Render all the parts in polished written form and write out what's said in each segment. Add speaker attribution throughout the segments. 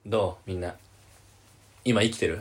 Speaker 1: どうみんな今生きてる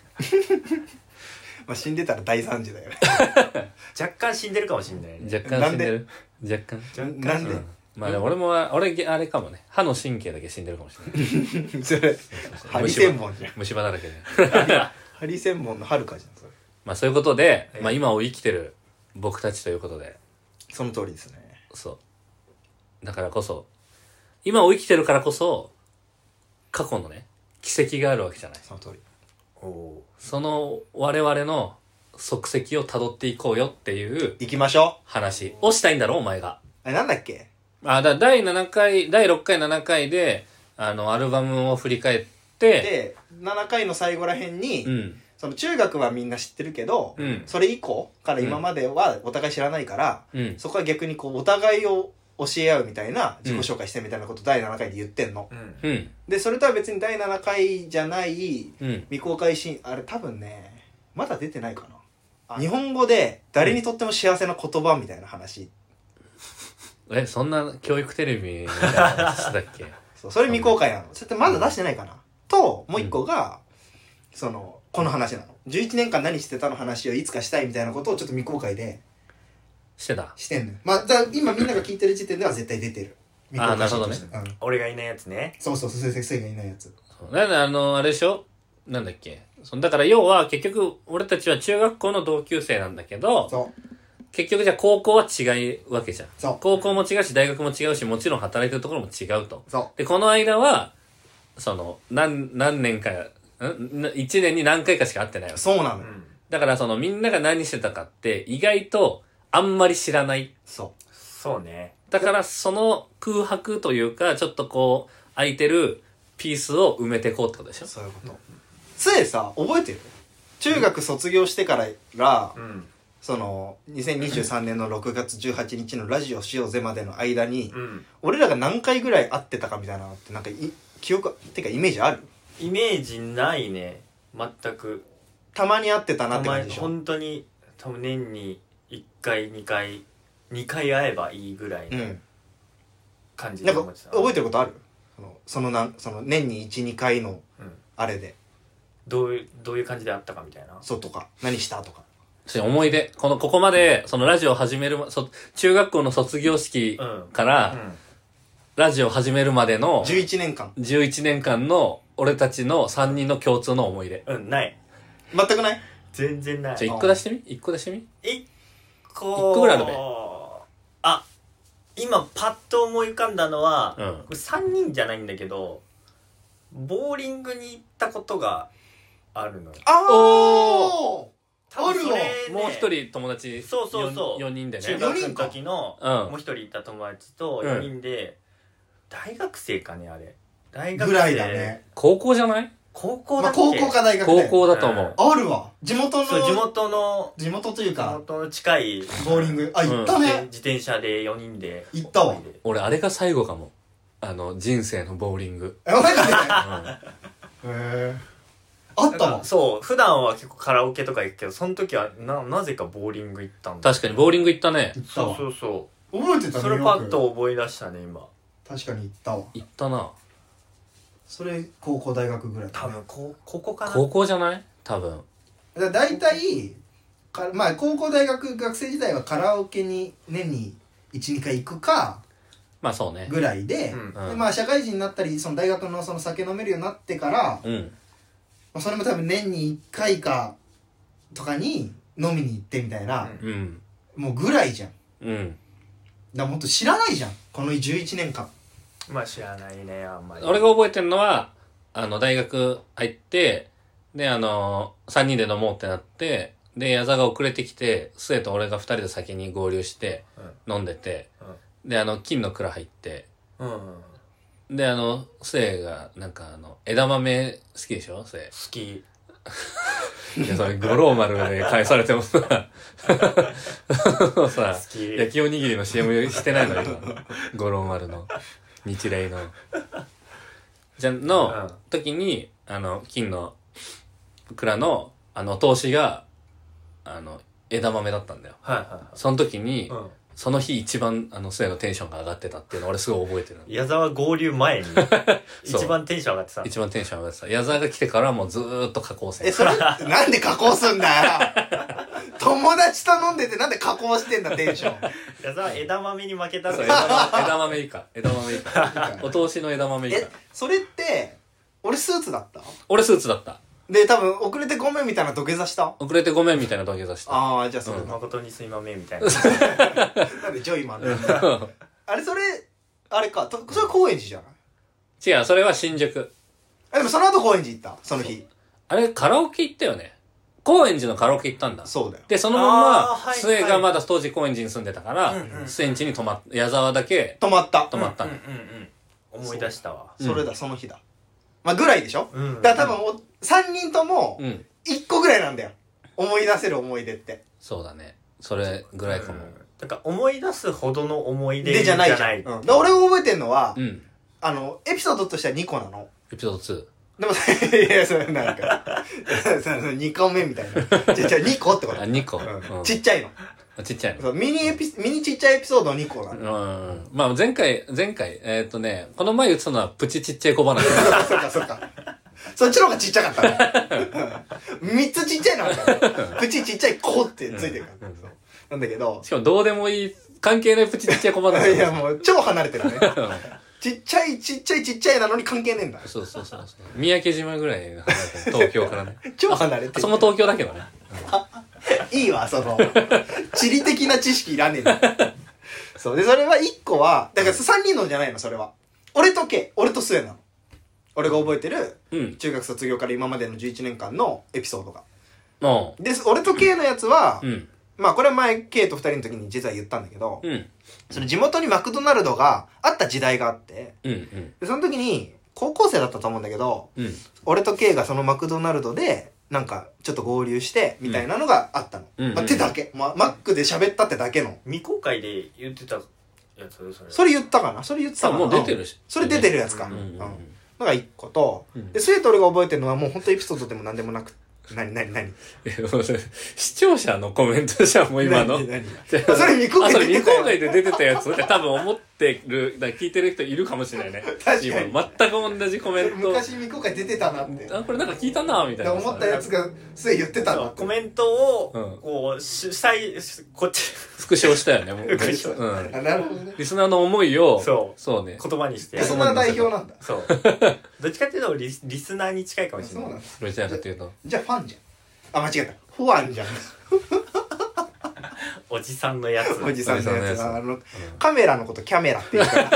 Speaker 2: まあ死んでたら大惨事だよね
Speaker 3: 若干死んでるかもしれないね。
Speaker 1: 若干死んでる若干
Speaker 2: なんで、
Speaker 1: まあでも俺あれかもね、歯の神経だけ死んでるかもしれない
Speaker 2: それ針専門じゃん。
Speaker 1: 虫歯だらけで
Speaker 2: 針専門のはるかじゃんそれ。
Speaker 1: まあそういうことで、まあ今を生きてる僕たちということで、
Speaker 2: その通りですね。
Speaker 1: そうだからこそ今を生きてるからこそ過去のね奇跡があるわけじゃない。
Speaker 2: その通り。
Speaker 1: その我々の足跡を辿っていこうよっていう
Speaker 2: 行きましょう。
Speaker 1: 話をしたいんだろお前が。
Speaker 2: なんだっけ。
Speaker 1: 第6回7回でアルバムを振り返って
Speaker 2: で7回の最後らへんに、その中学はみんな知ってるけど、それ以降から今まではお互い知らないから、そこは逆にこうお互いを教え合うみたいな自己紹介してみたいなこと第7回で言ってんの、でそれとは別に第7回じゃない未公開シーン、あれ多分ねまだ出てないかな、日本語で誰にとっても幸せな言葉みたいな話、
Speaker 1: そんな教育テレビみたいな話だっけ
Speaker 2: それ未公開なの。それってまだ出してないかな、ともう一個が、この話なの。11年間何してたの話をいつかしたいみたいなことをちょっと未公開でしてんのよ。まあ今みんなが聞いてる時点では絶対出てる。
Speaker 1: なるほどね、
Speaker 3: 俺がいないやつね。
Speaker 2: そう先生がいないやつ。
Speaker 1: なんであれでしょ、なんだっけ、だから要は結局俺たちは中学校の同級生なんだけど、結局じゃあ高校は違うわけじゃん。高校も違うし大学も違うし、もちろん働いてるところも違うと。でこの間は何年か1年に何回かしか会ってないわけ。
Speaker 2: そうなのよ。
Speaker 1: だからみんなが何してたかって意外とあんまり知らない。
Speaker 3: そうね。
Speaker 1: だからその空白というかちょっとこう空いてるピースを埋めていこうってことでしょ。
Speaker 2: そういうこと。つえさ覚えてる？中学卒業してから2023年の6月18日のラジオしようぜまでの間に、俺らが何回ぐらい会ってたかみたいなのってなんか記憶ってかイメージある？
Speaker 3: イメージないね、全く。
Speaker 2: たまに会ってたなって感じでしょ。
Speaker 3: 本当に多分年に1回2回会えばいいぐらいの感じで思ってた。
Speaker 2: 覚えてることある？その年に 1,2 回のあれで、
Speaker 3: どういう感じであったかみたいな。
Speaker 2: そうとか何したとか
Speaker 1: 思い出、ここまでラジオを始める中学校の卒業式から、ラジオを始めるまでの11年間の俺たちの3人の共通の思い出。
Speaker 3: ない。
Speaker 2: 全くない？
Speaker 3: 全然ない。
Speaker 1: じゃあ1個出してみ1個
Speaker 3: 1個
Speaker 1: ぐらいあるべ。
Speaker 3: 今パッと思い浮かんだのは、これ3人じゃないんだけどボーリングに行ったことがあるのよ。
Speaker 2: あるわ。
Speaker 1: もう一人友達。
Speaker 3: そう
Speaker 1: 4人でね。
Speaker 3: 中学の時のもう一人いた友達と4人で、大学生かね、あれ大学生
Speaker 2: ぐらいだね。
Speaker 1: 高校じゃない？
Speaker 3: 高校だっけ？
Speaker 2: 高校か大学だよ。
Speaker 1: 高校だと思う。
Speaker 2: あるわ。地元というか
Speaker 3: 地元の近い
Speaker 2: ボーリング。行ったね。
Speaker 3: 自転車で4人で
Speaker 2: 行ったわ。
Speaker 1: 俺あれが最後かも。人生のボーリング。
Speaker 2: マジで？あったわ。
Speaker 3: そう、普段は結構カラオケとか行くけど、その時はなぜかボーリング行ったんだ。
Speaker 1: 確かにボーリング行ったね。
Speaker 3: そう
Speaker 2: 覚えてたね。
Speaker 3: それパッと覚え出したね今。
Speaker 2: 確かに行ったわ。
Speaker 1: 行ったな。
Speaker 2: それ高校大学ぐらい、
Speaker 3: 多分ここかな。
Speaker 1: 高校じゃない？多分
Speaker 2: だいたいまあ高校大学学生時代はカラオケに年に 1,2 回行くか
Speaker 1: まあそうね
Speaker 2: ぐらいで、でまあ社会人になったり大学の酒飲めるようになってから、それも多分年に1回かとかに飲みに行ってみたいな、もうぐらいじゃん。だからもっと知らないじゃんこの11年間。
Speaker 3: まあ知らないねあんまり。
Speaker 1: 俺が覚えてるのは大学入ってで3人で飲もうってなってで矢沢が遅れてきて末と俺が2人で先に合流して飲んでて、で金の蔵入って、で末がなんか枝豆好きでしょ？末
Speaker 3: 好き。
Speaker 1: いやそれ五郎丸で返されてもさ焼きおにぎりの CM してないのよ今。五郎丸の日霊の時に金の蔵のお通しが枝豆だったんだよ。その時に、 その日一番末のテンションが上がってたっていうのを俺すごい覚えてる。
Speaker 3: 矢沢合流前に一番テンション上がってた。
Speaker 1: 一番テンション上がってた。矢沢が来てからもうずーっと加工せん。
Speaker 2: それなんで加工すんだよ友達と飲んでてなんで加工してんだテンション。
Speaker 3: 矢沢枝豆に負けた。
Speaker 1: 枝豆以下。お通しの枝豆以下。
Speaker 2: それって俺スーツだった？
Speaker 1: 俺スーツだった。
Speaker 2: で多分遅れてごめんみたいな土下座した？
Speaker 1: 遅れてごめんみたいな土下座した。
Speaker 2: ああ、じゃあそれ、
Speaker 3: 誠にすいまめんみたいな。
Speaker 2: なんでジョイマンなんだあれそれあれか、それ高円寺じゃない？
Speaker 1: 違う、それは新宿。
Speaker 2: でもその後高円寺行ったその日。
Speaker 1: あれカラオケ行ったよね。高円寺のカラオケ行ったんだ。
Speaker 2: そうだよ。
Speaker 1: でそのまま末がまだ当時高円寺に住んでたから末ん家に泊まっ矢沢だけ
Speaker 2: 泊まった
Speaker 1: の。
Speaker 3: 思い出したわ。
Speaker 2: それだ、その日だ。まあぐらいでしょ？だから多分3人とも1個ぐらいなんだよ。思い出せる思い出って。
Speaker 1: そうだね。それぐらいかも。
Speaker 3: だから思い出すほどの思い出じゃないじゃん。
Speaker 2: 俺が覚えてんのは、エピソードとしては2個なの。
Speaker 1: エピソード2。
Speaker 2: でもいや、それなんか、2個目みたいな。2個ってこと。
Speaker 1: 2個。
Speaker 2: ちっちゃいの。
Speaker 1: ちっちゃいの。
Speaker 2: そう、ミニちっちゃいエピソード2個なの。
Speaker 1: まあ前回、この前言ってたのはプチちっちゃい小話。
Speaker 2: そっか。そっちの方がちっちゃかったね。3つちっちゃいのあるから。プチちっちゃい子ってついてるから。なんだけど。
Speaker 1: しかもどうでもいい、関係ないプチちっちゃい小話。
Speaker 2: いやもう超離れてるね。ちっちゃいなのに関係ねえんだ。
Speaker 1: そう。三宅島ぐらい離れてる。東京からね。
Speaker 2: 超離れてる。
Speaker 1: その東京だけどね。
Speaker 2: いいわ、その、地理的な知識いらねえんだ。そう。で、それは1個は、だから3人のじゃないの、それは。俺と末なの。俺が覚えてる、中学卒業から今までの11年間のエピソードが。で、俺と K のやつは、まあこれは前 K と2人の時に実は言ったんだけど、その地元にマクドナルドがあった時代があって、でその時に高校生だったと思うんだけど、俺と K がそのマクドナルドでなんかちょっと合流してみたいなのがあったの。ってだけ。マックで喋ったってだけの。
Speaker 3: 未公開で言ってたやつ
Speaker 2: それ言ったかな？それ言ってたかな？
Speaker 1: もう出てるし。
Speaker 2: それ出てるやつか。のが1個と、で、末と俺が覚えてるのはもう本当エピソードでも何でもなくて、何
Speaker 1: 視聴者のコメントじゃん、もう今の。それ
Speaker 2: 未公
Speaker 1: 開で出てたやつって多分思ってる、聞いてる人いるかもしれないね。
Speaker 2: 確かに。
Speaker 1: 全く同じコメント。
Speaker 2: 昔未公開出てたなって。
Speaker 1: これなんか聞いたな、みたいな。
Speaker 2: 思ったやつが末言ってたなって。
Speaker 3: コメントを、こっち。
Speaker 1: スクショしたよね、もう。
Speaker 2: なるほどね。
Speaker 1: リスナーの思いを、
Speaker 3: そうね。言葉にして。
Speaker 2: リスナー代表なんだ。
Speaker 3: そう。どっちかっていうとリスナーに近いかもしれない。そうなんです。
Speaker 1: どちらかっていうと。
Speaker 2: じゃあファンじゃん。あ、間違えた。ファンじゃん。
Speaker 3: おじさんのやつ。
Speaker 2: おじさんのやつ。カメラのことキャメラって言うから。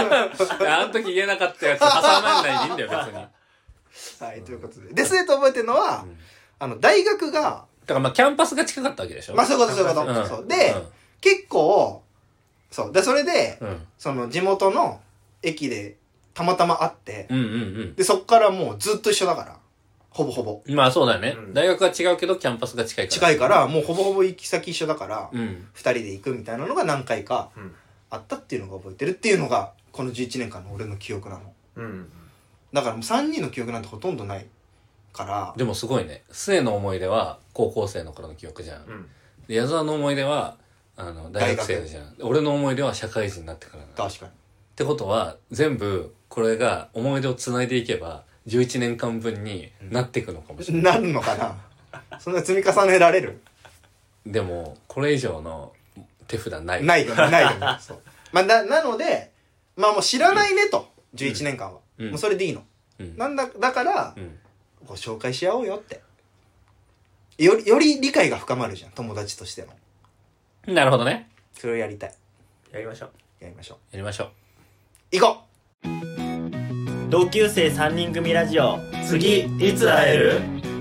Speaker 1: あの時言えなかったやつ挟まんないでいいんだよ、別に。
Speaker 2: はい、ということで。で、それと覚えてるのは、大学が、
Speaker 1: だからまあ、キャンパスが近かったわけでしょ？
Speaker 2: まあ、そういうこと。で、結構、そう。で、それで、その地元の駅でたまたま会って、で、そっからもうずっと一緒だから。ほぼほぼ。
Speaker 1: まあそうだよね。大学は違うけど、キャンパスが近いから。
Speaker 2: 近いから、もうほぼほぼ行き先一緒だから、二人で行くみたいなのが何回かあったっていうのが覚えてるっていうのが、この11年間の俺の記憶なの。だからもう3人の記憶なんてほとんどないから。
Speaker 1: でもすごいね。末の思い出は高校生の頃の記憶じゃん。で、矢沢の思い出は、大学生じゃん。俺の思い出は社会人になってからな。
Speaker 2: 確かに。
Speaker 1: ってことは、全部、これが思い出を繋いでいけば、11年間分になっていくのかもしれない。
Speaker 2: なるのかなそんな積み重ねられる？
Speaker 1: でも、これ以上の手札ない。
Speaker 2: ないよね。そう。まあ、なので、まあもう知らないねと。11年間は。もうそれでいいの。だから、ご紹介し合おうよって。より理解が深まるじゃん。友達としての。
Speaker 1: なるほどね。
Speaker 2: それをやりたい。
Speaker 3: やりましょう。
Speaker 2: 行こう。
Speaker 3: 同級生3人組ラジオ、次いつ会える？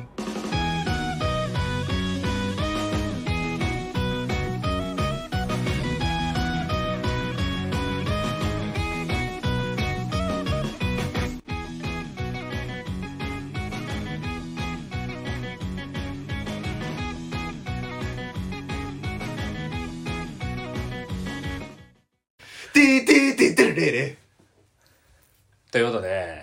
Speaker 1: という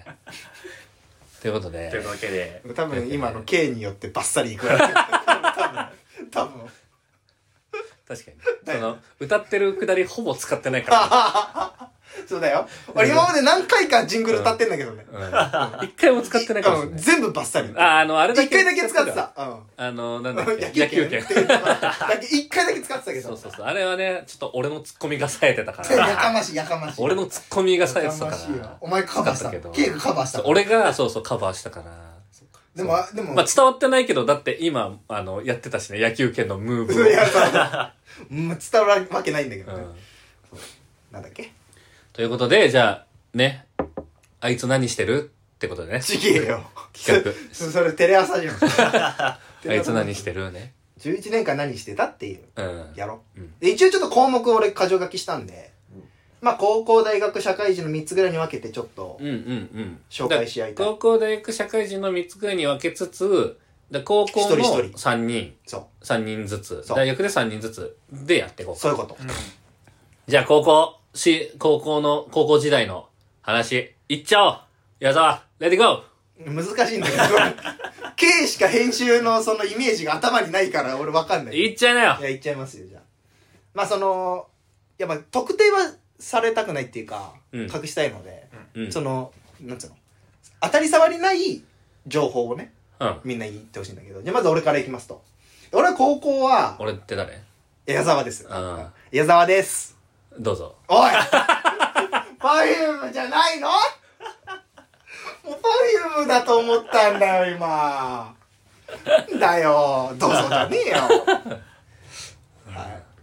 Speaker 1: ことで。
Speaker 3: というわけで。
Speaker 2: 多分今の K によってバッサリいくわけ。多分。
Speaker 1: 確かに。その、歌ってるくだりほぼ使ってないから。
Speaker 2: そうだよ。俺今まで何回かジングル歌ってんだけどね。
Speaker 1: 一回も使ってないかもしれない。
Speaker 2: 全部バッサリ。
Speaker 1: あれだけ。
Speaker 2: 一回だけ使ってた。
Speaker 1: なんだっけ。野球券。
Speaker 2: 一回だけ使ってたけど。
Speaker 1: そう。あれはね、ちょっと俺のツッコミが冴えてたから。
Speaker 2: やかましい。
Speaker 1: 俺のツッコミが冴えてたから。
Speaker 2: お前カバーした。K がカバーした。
Speaker 1: 俺が、カバーしたから。
Speaker 2: でも、
Speaker 1: まあ伝わってないけど、だって今、やってたしね、野球券のムーブを。
Speaker 2: 伝わるわけないんだけどね。なんだっけ
Speaker 1: ということで、じゃあ、ね、あいつ何してるってことでね。
Speaker 2: ちげえよ。
Speaker 1: 企画。
Speaker 2: それテレ朝じゃん。
Speaker 1: あいつ何してるね。
Speaker 2: 11年間何してたっていう。やろ。で、一応ちょっと項目を俺箇条書きしたんで、まあ、高校、大学、社会人の3つぐらいに分けてちょっと、紹介し合いたい。
Speaker 1: 高校、大学、社会人の3つぐらいに分けつつ、高校の3人、3人ずつ、大学で3人ずつでやっていこうか。
Speaker 2: そういうこと。
Speaker 1: じゃあ、高校時代の話、いっちゃおう矢沢、レディゴ
Speaker 2: ー難しいんだけど、K しか編集のそのイメージが頭にないから俺分かんない。
Speaker 1: いっちゃいなよ。
Speaker 2: いや、いっちゃいますよ、じゃあ。まあ、やっぱ特定はされたくないっていうか、隠したいので、なんつうの、当たり障りない情報をね、みんな言ってほしいんだけど、じゃあまず俺からいきますと。俺は高校は、
Speaker 1: 俺って誰？
Speaker 2: 矢沢です。矢沢です。
Speaker 1: どうぞ。
Speaker 2: おい！Perfume じゃないの？もう Perfume だと思ったんだよ、今。だよ、どうぞじゃねえよ。はい。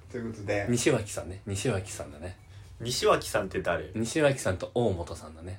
Speaker 2: ということで。
Speaker 1: 西脇さんね。西脇さんだね。
Speaker 3: 西脇さんって誰？
Speaker 1: 西脇さんと大本さんだね。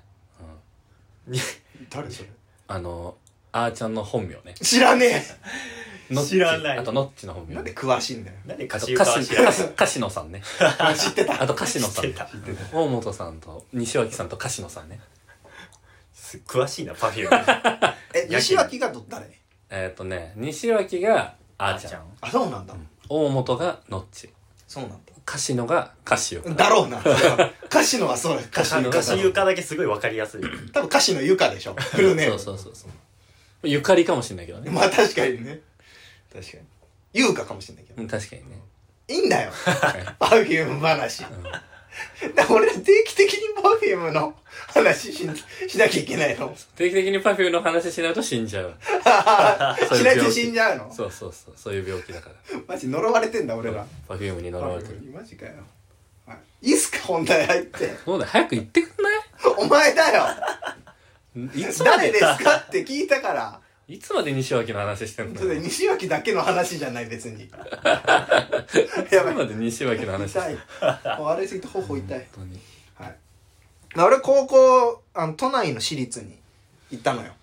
Speaker 2: 誰それ？
Speaker 1: あーちゃんの本名ね。
Speaker 2: 知らね
Speaker 3: え。知らない。
Speaker 1: あとノッチの本名。
Speaker 2: なんで詳しいんだよ。
Speaker 3: なんで歌詞
Speaker 1: 野さんね。
Speaker 2: 知ってた。
Speaker 1: あと歌野さん。大本さんと西脇さんと歌野さんね。
Speaker 3: 詳しいな、Perfume。
Speaker 2: 西脇が誰？
Speaker 1: 西脇があーちゃん。
Speaker 2: あ、そうなんだ。
Speaker 1: 大本がノッチ。
Speaker 2: そうなんだ。
Speaker 1: 歌野が歌詞を。
Speaker 2: だろうな。歌詞のはそうだ。
Speaker 3: 歌詞床だけすごいわかりやすい。
Speaker 2: 多分歌詞の床でしょ。フルネーム。
Speaker 1: そう。ゆかりかもしれないけどね。
Speaker 2: まあ確かにね。確かに。優香かもしれないけど。
Speaker 1: 確かにね。
Speaker 2: いいんだよ。Perfume 話。俺ら定期的に Perfume の話しなきゃいけないの。
Speaker 1: 定期的に Perfume の話しないと死んじゃう。
Speaker 2: しないと死んじゃうの？
Speaker 1: そう。そういう病気だから。
Speaker 2: マジ呪われてんだ、俺ら。
Speaker 1: Perfume に呪われてる。
Speaker 2: マジかよ。いいっすか、本題入って。
Speaker 1: そうだよ、早く言ってくんない？
Speaker 2: お前だよ。誰ですかって聞いたから。
Speaker 1: いつまで西脇の話してんの？
Speaker 2: 西脇だけの話じゃない、別に。い
Speaker 1: つまで西脇の話してんの？
Speaker 2: 痛い。歩いすぎて頬痛い。本当に。はい。俺、高校、都内の私立に行ったのよ。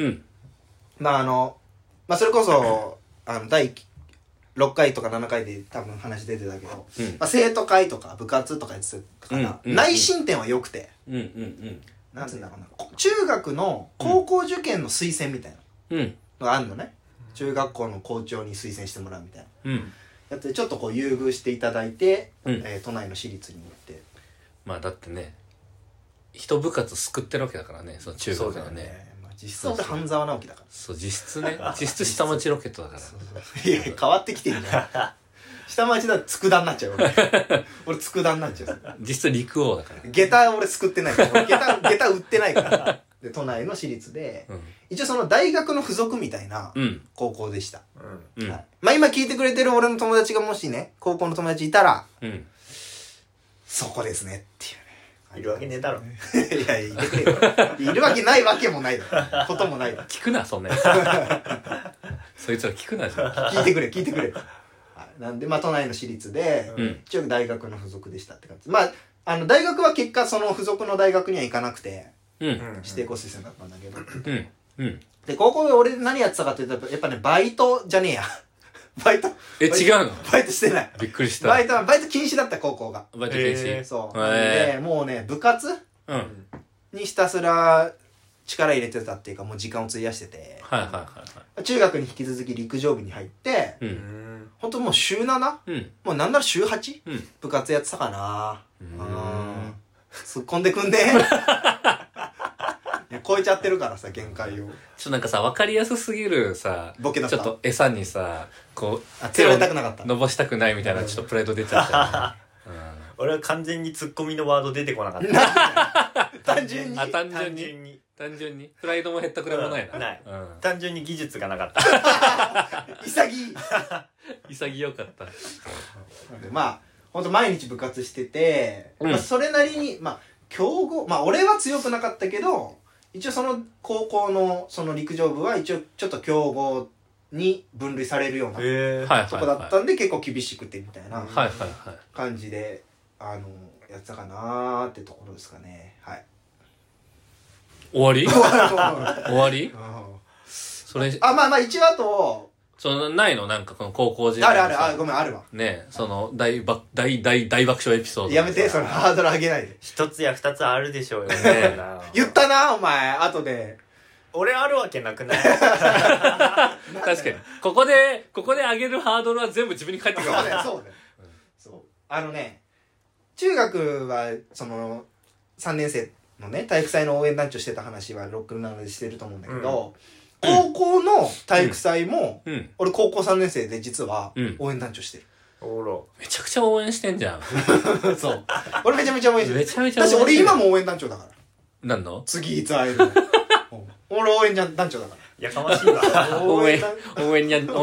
Speaker 2: それこそ、第6回とか7回で多分話出てたけど、生徒会とか部活とかやってたから、内申点は良くて、なんつうんだろうな、中学の高校受験の推薦みたいなのがあるのね。中学校の校長に推薦してもらうみたいな。やってちょっとこう優遇していただいて、都内の私立に行って。
Speaker 1: まあだってね、一部活救ってるわけだからね、その中学はね。
Speaker 2: 実質俺半沢直樹だから。
Speaker 1: そう、実質ね。実質下町ロケットだから。
Speaker 2: いや、変わってきてるじゃん。下町だと佃になっちゃう。俺佃になっちゃう。
Speaker 1: 実質陸王だから。
Speaker 2: 下駄俺救ってないから。下駄売ってないから。で、都内の私立で、一応その大学の付属みたいな高校でした。まあ今聞いてくれてる俺の友達がもしね、高校の友達いたら、そこですねっていう。
Speaker 3: いるわけねえだろ。
Speaker 2: いや、いてくれよ。いるわけないわけもないだろ。こともないだろ。
Speaker 1: 聞くな、そんなやつ。そいつら聞くなじゃん。
Speaker 2: 聞いてくれ。なんで、まあ、都内の私立で、一応大学の付属でしたって感じ。まあ、大学は結果、その付属の大学には行かなくて、指定校推薦だったんだけど。で、高校で俺何やってたかって言ったら、やっぱね、バイトじゃねえや。バイト
Speaker 1: 違うの？
Speaker 2: バイトしてない。
Speaker 1: びっくりした。
Speaker 2: バイト禁止だった、高校が。
Speaker 1: バイト禁止？
Speaker 2: そう。で、もうね、部活にひたすら力入れてたっていうか、もう時間を費やしてて。中学に引き続き陸上部に入って、ほんともう週 7？ もうなんなら週 8？ 部活やってたかな。突っ込んでくんね。 超えちゃってるからさ、限界を。
Speaker 1: なんかさ、わかりやすすぎるさ、
Speaker 2: ボケだった。
Speaker 1: ちょっと餌にさ、こう、
Speaker 2: 手をたくなかった。
Speaker 1: 伸ばしたくないみたいな、ちょっとプライド出ちゃったよね。
Speaker 3: 俺は完全にツッコミのワード出てこなかった。
Speaker 2: 単純に。
Speaker 1: 単純に。プライドも減ったくらいもないな。
Speaker 3: ない。単純に技術がなかった。
Speaker 1: 潔かった。
Speaker 2: まあ、ほんと毎日部活してて、まあそれなりに、まあ、強豪、まあ俺は強くなかったけど、一応その高校のその陸上部は一応ちょっと強豪に分類されるようなとこだったんで結構厳しくてみたいな感じで、やってたかなーってところですかね。はい。
Speaker 1: 終わり終わりそれ。
Speaker 2: まあ一応あと、
Speaker 1: ないのなんかこの高校時代。
Speaker 2: ある、ごめん、あるわ。
Speaker 1: ねえ、大爆笑エピソード。
Speaker 2: やめて、そのハードル上げないで。
Speaker 3: 一つや二つあるでしょうよね。
Speaker 2: 言ったな、お前、後で。
Speaker 3: 俺あるわけなくない？
Speaker 1: 確かに。ここで上げるハードルは全部自分に返ってくる。
Speaker 2: そうだよ。中学は、3年生のね、体育祭の応援団長してた話はロックなのでしてると思うんだけど、高校の体育祭も、俺高校3年生で実は応援団長してる。
Speaker 1: めちゃくちゃ応援してんじゃん。
Speaker 2: そう。俺めちゃめちゃ応援してる。
Speaker 1: めちゃめちゃ応援してる。
Speaker 2: 私俺今も応援団長だから。
Speaker 1: 何の？
Speaker 2: 次いつ会えるの？俺応援団長だから。
Speaker 3: やかましいわ。
Speaker 1: 応援にゃんちゅ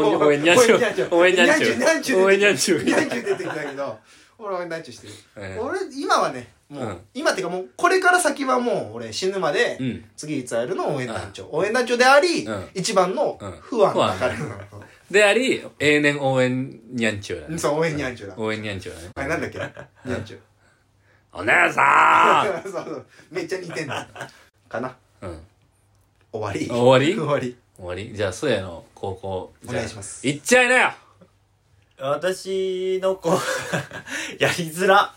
Speaker 2: 出てきたけど、俺応援団長してる。俺今はね、もう、今っていうかもう、これから先はもう、俺死ぬまで、次いつ会えるの応援団長。応援団長であり、一番の不安だから。
Speaker 1: であり、永年応援にゃんちゅうだね。
Speaker 2: そう、応援にゃんちゅうだ。
Speaker 1: 応援にゃんちゅうだね。
Speaker 2: あれなんだっけにゃんちゅう。
Speaker 1: お姉さ
Speaker 2: んそう、めっちゃ似てんだ。かな。終わり。
Speaker 1: 終わりじゃあ、末の高校。
Speaker 2: お願いします。
Speaker 1: 行っちゃいなよ。
Speaker 3: 私のやりづら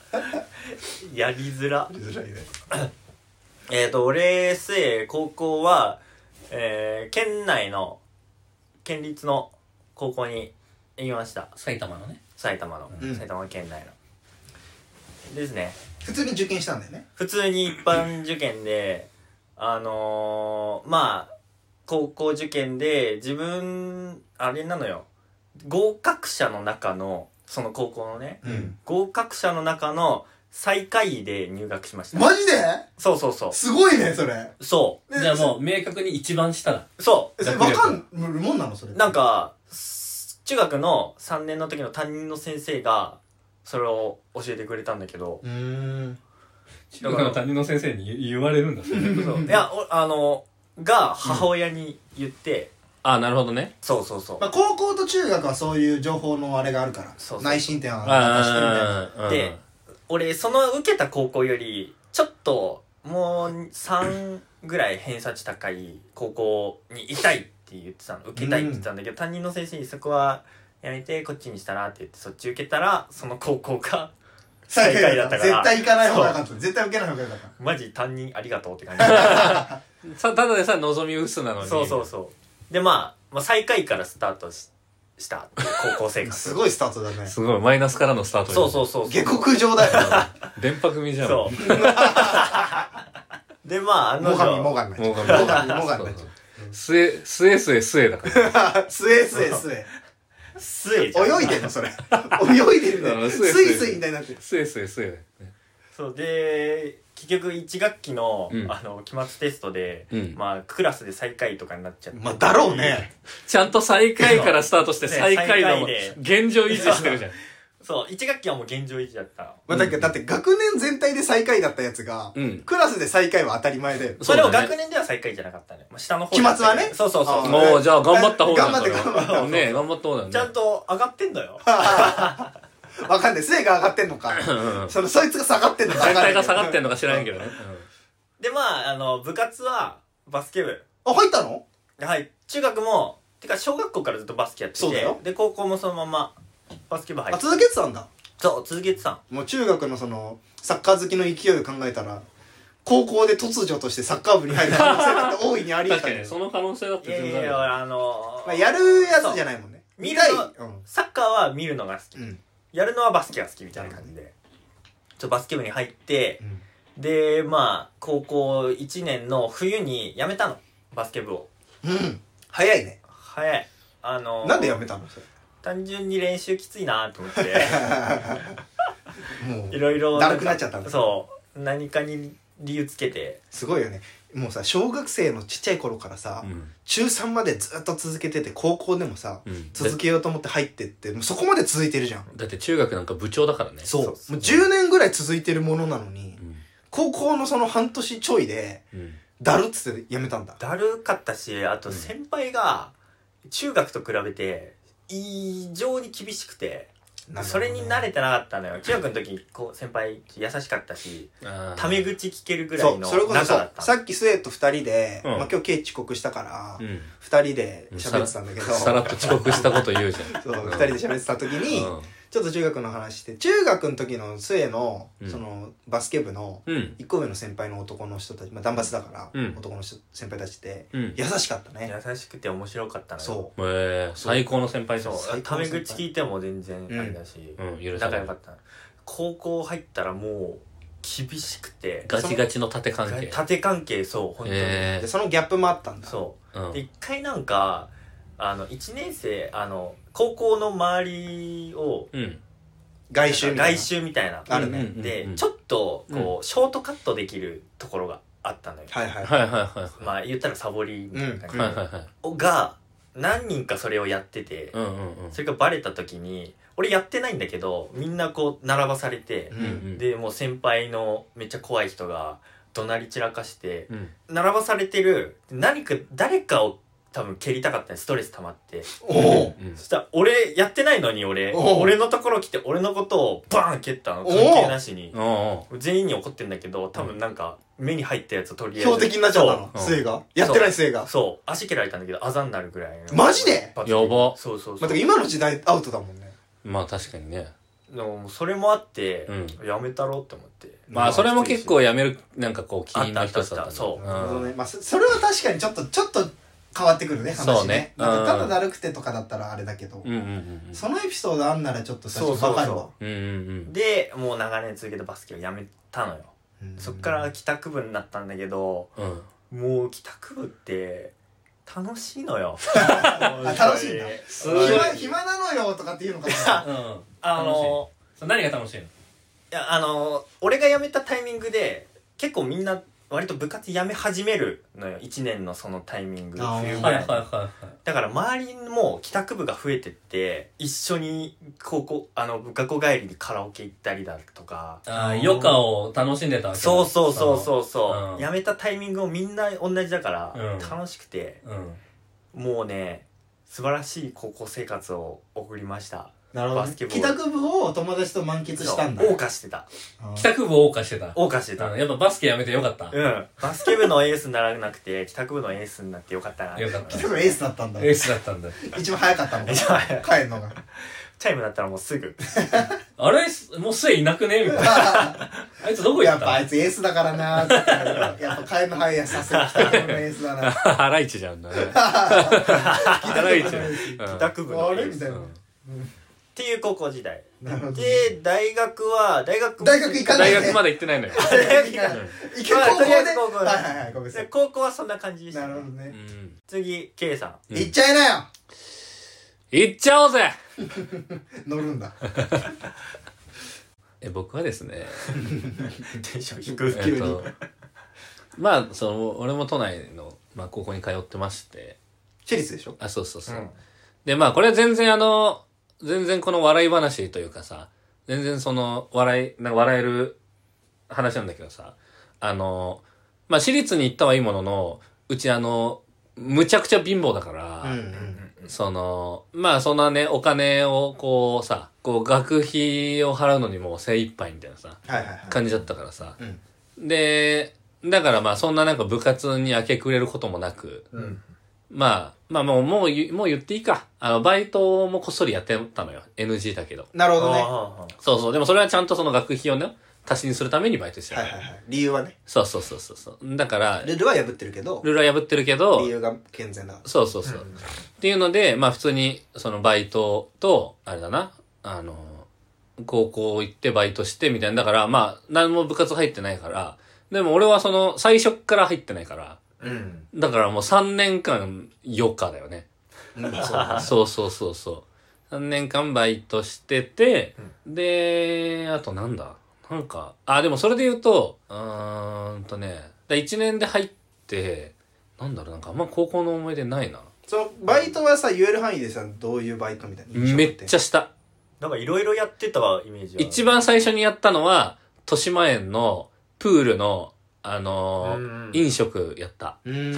Speaker 3: いね。俺高校は県県立の高校に行きました。
Speaker 1: 埼玉の
Speaker 3: 埼玉県内のですね。
Speaker 2: 普通に受験したんだよね。
Speaker 3: 普通に一般受験でまあ高校受験で自分あれなのよ、合格者の中のその高校のね、合格者の中の最下位で入学しました。
Speaker 2: マジで？
Speaker 3: そう
Speaker 2: すごいね、それ。
Speaker 3: そう。
Speaker 1: じゃあもう明確に一番下だ。
Speaker 3: そう。
Speaker 2: わかるもんなのそれ？
Speaker 3: なんか中学の3年の時の担任の先生がそれを教えてくれたんだけど。
Speaker 1: 中学の担任の先生に言われるんだ。そう
Speaker 3: いやが母親に言って。
Speaker 1: あ、なるほどね。
Speaker 3: そう。
Speaker 2: まあ、高校と中学はそういう情報のあれがあるから。内申点は出してみたいな。
Speaker 3: で、俺、その受けた高校より、ちょっと、もう3ぐらい偏差値高い高校にいたいって言ってたの。受けたいって言ってたんだけど、担任の先生にそこはやめて、こっちにしたらって言って、そっち受けたら、その高校が最下位だったから。
Speaker 2: 絶対行かない方がよかった。絶対受けない方がよかった。
Speaker 3: マジ担任ありがとうって感じ。
Speaker 1: ただでさ、望み薄なのに。
Speaker 3: そう。で、まあ最下位からスタートした高校生活。
Speaker 2: すごいスタートだね。
Speaker 1: すごい、マイナスからのスタート。
Speaker 3: そう。
Speaker 2: 下克上だよ。
Speaker 1: 電波組じゃん。
Speaker 3: そう。で、まあ、
Speaker 2: もがんなっちゃう。
Speaker 1: 末だから。
Speaker 2: 末。泳いでんのそれ。泳いでるね。スイスイみたいになってる。
Speaker 1: 末だよね。
Speaker 3: そうで、結局1学期の、期末テストで、まあクラスで最下位とかになっちゃって。
Speaker 2: まあだろうね。
Speaker 1: ちゃんと最下位からスタートして最下位の現状維持してるじゃん。
Speaker 3: そう、1学期はもう現状維持だった。
Speaker 2: まあだって学年全体で最下位だったやつが、クラスで最下位は当たり前だよ。
Speaker 3: それを学年では最下位じゃなかったね。下の方。
Speaker 2: 期末はね。
Speaker 3: そう。
Speaker 1: もうじゃあ頑張った方だ。
Speaker 2: 頑張った
Speaker 1: ね、頑張った方だね。
Speaker 3: ちゃんと上がってんだよ。
Speaker 2: わかんない。末が上がってんのか。そいつが下がってんのか。
Speaker 1: 全体が下がってんのか知らんけどね。
Speaker 3: で、まあ、部活はバスケ部。
Speaker 2: あ、入ったの？
Speaker 3: はい。中学も、てか小学校からずっとバスケやってて。
Speaker 2: そうだよ。
Speaker 3: で、高校もそのままバスケ部入って。
Speaker 2: 続けてたんだ。
Speaker 3: そう、続けてた。
Speaker 2: もう中学のサッカー好きの勢いを考えたら、高校で突如としてサッカー部に入る可能性だって大いにあり得たね。
Speaker 1: その可能性だって全然ある。
Speaker 2: まあ、やるやつじゃないもんね。
Speaker 3: 見たい。サッカーは見るのが好き。やるのはバスケが好きみたいな感じで。バスケ部に入って、 でまあ高校1年の冬に辞めたのバスケ部を。
Speaker 2: 早いね。
Speaker 3: 早い。
Speaker 2: なんで辞めたのそれ。
Speaker 3: 単純に練習きついなと思って
Speaker 2: もう
Speaker 3: いろいろ
Speaker 2: だるくなっちゃったんだ。
Speaker 3: そう何かに理由つけて。
Speaker 2: すごいよね。もうさ小学生のちっちゃい頃からさ、中3までずっと続けてて高校でもさ、続けようと思って入ってってもうそこまで続いてるじゃん。
Speaker 1: だって中学なんか部長だからね。
Speaker 2: そうもう10年ぐらい続いてるものなのに、高校のその半年ちょいで、だるっつってやめたんだ。
Speaker 3: だるかったし、あと先輩が中学と比べて異常に厳しくて、それに慣れてなかったのよ。中学の時こう先輩優しかったし、タメ口聞けるぐらいの
Speaker 2: それこそ
Speaker 3: 仲だった。
Speaker 2: さっき末と2人で、まあ今日ケイ遅刻したから、2人で喋ってたんだけど、
Speaker 1: さらっと遅刻したこと言うじゃん。
Speaker 2: そう2人で喋ってた時に、ちょっと中学の話して、中学の時の末のそのバスケ部の1個上の先輩の男の人たち、まあダンバスだから、男の先輩たちって優しかったね。
Speaker 3: 優しくて面白かったのよ。
Speaker 2: そう
Speaker 1: 最高の先輩じゃん。
Speaker 3: タメ口聞いても全然あれだし、仲良かった。高校入ったらもう厳しくて
Speaker 1: ガチガチの縦関係。
Speaker 3: そう本当に。
Speaker 2: でそのギャップもあったんだ。
Speaker 3: そうで一回なんか1年生高校の周りを
Speaker 2: 外周
Speaker 3: みたいなあるね。でちょっとこうショートカットできるところがあったのよ。まあ言ったらサボりみたいな感じが何人かそれをやってて、それがバレた時に俺やってないんだけどみんなこう並ばされて、でもう先輩のめっちゃ怖い人が怒鳴り散らかして、並ばされてる誰かを多分蹴りたかったね。ストレス溜まって。そしたら俺やってないのに俺のところ来て俺のことをバーン蹴ったの。関係なしに全員に怒ってんだけど、多分なんか目に入ったやつをとりあえず
Speaker 2: 標的になっちゃったの。末がやってない末が。
Speaker 3: そう足蹴られたんだけどあざになるぐらいの。
Speaker 2: マジで
Speaker 1: やば。
Speaker 3: そう
Speaker 2: まあ今の時代アウトだもんね。
Speaker 1: まあ確かにね。
Speaker 3: でもそれもあってやめたろって思って。
Speaker 1: まあそれも結構やめるなんかこう気の一つだった。
Speaker 3: そう
Speaker 2: なるほどね。まあそれは確かにちょっと変わってくるね話ね。そうね。ただだるくてとかだったらあれだけど、そのエピソードあんならちょっと確かに分かるわ。
Speaker 3: でもう長年続けたバスケをやめたのよ。そっから帰宅部になったんだけど、もう帰宅部って楽しいのよ。
Speaker 2: 楽しいんだ。暇なのよとかっていうのかな。
Speaker 1: 何が楽しいの？い
Speaker 3: や俺が辞めたタイミングで結構みんな割と部活辞め始めるのよ。1年のそのタイミング冬ぐらい。だから周りも帰宅部が増えてって一緒に学校帰りにカラオケ行ったりだとか。
Speaker 1: 余暇を楽しんでたわけだ。
Speaker 3: そう、辞めたタイミングもみんな同じだから楽しくて、もうね素晴らしい高校生活を送りました。
Speaker 2: なるほど。帰宅部を友達と満喫したんだ。
Speaker 3: 謳歌してた。
Speaker 1: 帰宅部を謳歌してた。やっぱバスケやめてよかった。
Speaker 3: バスケ部のエースにならなくて帰宅部のエースになってよかったな。
Speaker 2: 帰宅部のエースだったんだ。
Speaker 1: エースだったんだ。
Speaker 2: 一番早かったの。帰るのが。
Speaker 3: チャイムだったらもうすぐ。
Speaker 1: あれもう末いなくねみたいな。あいつどこ行った？
Speaker 2: やっぱあいつエースだからなーって。やっぱ帰るの早いやつさすが帰宅部のエースだな。
Speaker 1: ハライチじゃんだね。ハライチ。
Speaker 3: 帰宅部のエース。
Speaker 2: みたいな。
Speaker 3: っていう高校時代。で、大学行
Speaker 2: かない。
Speaker 1: 大学まで行ってないのよ。
Speaker 3: 大学行かない。
Speaker 2: 高校で。
Speaker 3: 高校はそんな感じでした。
Speaker 2: なるほどね。
Speaker 3: 次、K さん。
Speaker 2: 行っちゃいなよ。
Speaker 1: 行っちゃおうぜ。
Speaker 2: 乗るんだ。
Speaker 1: 僕はですね。
Speaker 3: テンション低い。
Speaker 1: まあ俺も都内の高校に通ってまして。
Speaker 2: 私立でしょ？
Speaker 1: そう。でこれは全然この笑い話というかさ、全然その笑える話なんだけどさ、私立に行ったはいいものの、うちむちゃくちゃ貧乏だから、そんなね、お金を学費を払うのにもう精一杯みたいなさ、感じだったからさ、で、だからそんななんか部活に明け暮れることもなく、もう言っていいか。バイトもこっそりやってたのよ。NG だけど。
Speaker 2: なるほどね。
Speaker 1: そう。でもそれはちゃんとその学費をね、足しにするためにバイトしてる。
Speaker 2: 理由はね。
Speaker 1: そう。だから、
Speaker 2: ルールは破ってるけど。
Speaker 1: 理
Speaker 2: 由が健全だから。
Speaker 1: そう。っていうので、普通に、そのバイトと、あれだな、高校行ってバイトしてみたいな。だから、何も部活入ってないから、 でも俺はその、最初っから入ってないから、
Speaker 3: うん。
Speaker 1: だからもう3年間余暇だよね。そうそうそうそう。3年間バイトしてて、で、あとなんだなんか、でもそれで言うと、1年で入って、なんだろう、なんかあんま高校の思い出ないな。
Speaker 2: そのバイトはさ、言える範囲でさ、どういうバイトみたいな。
Speaker 1: めっちゃした。
Speaker 3: なんかいろいろやってたイメージは。
Speaker 1: 一番最初にやったのは、豊島園のプールの、飲食やった。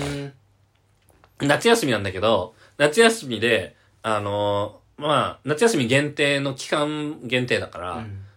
Speaker 1: 夏休みなんだけど、夏休みで、夏休み限定の期間限定だから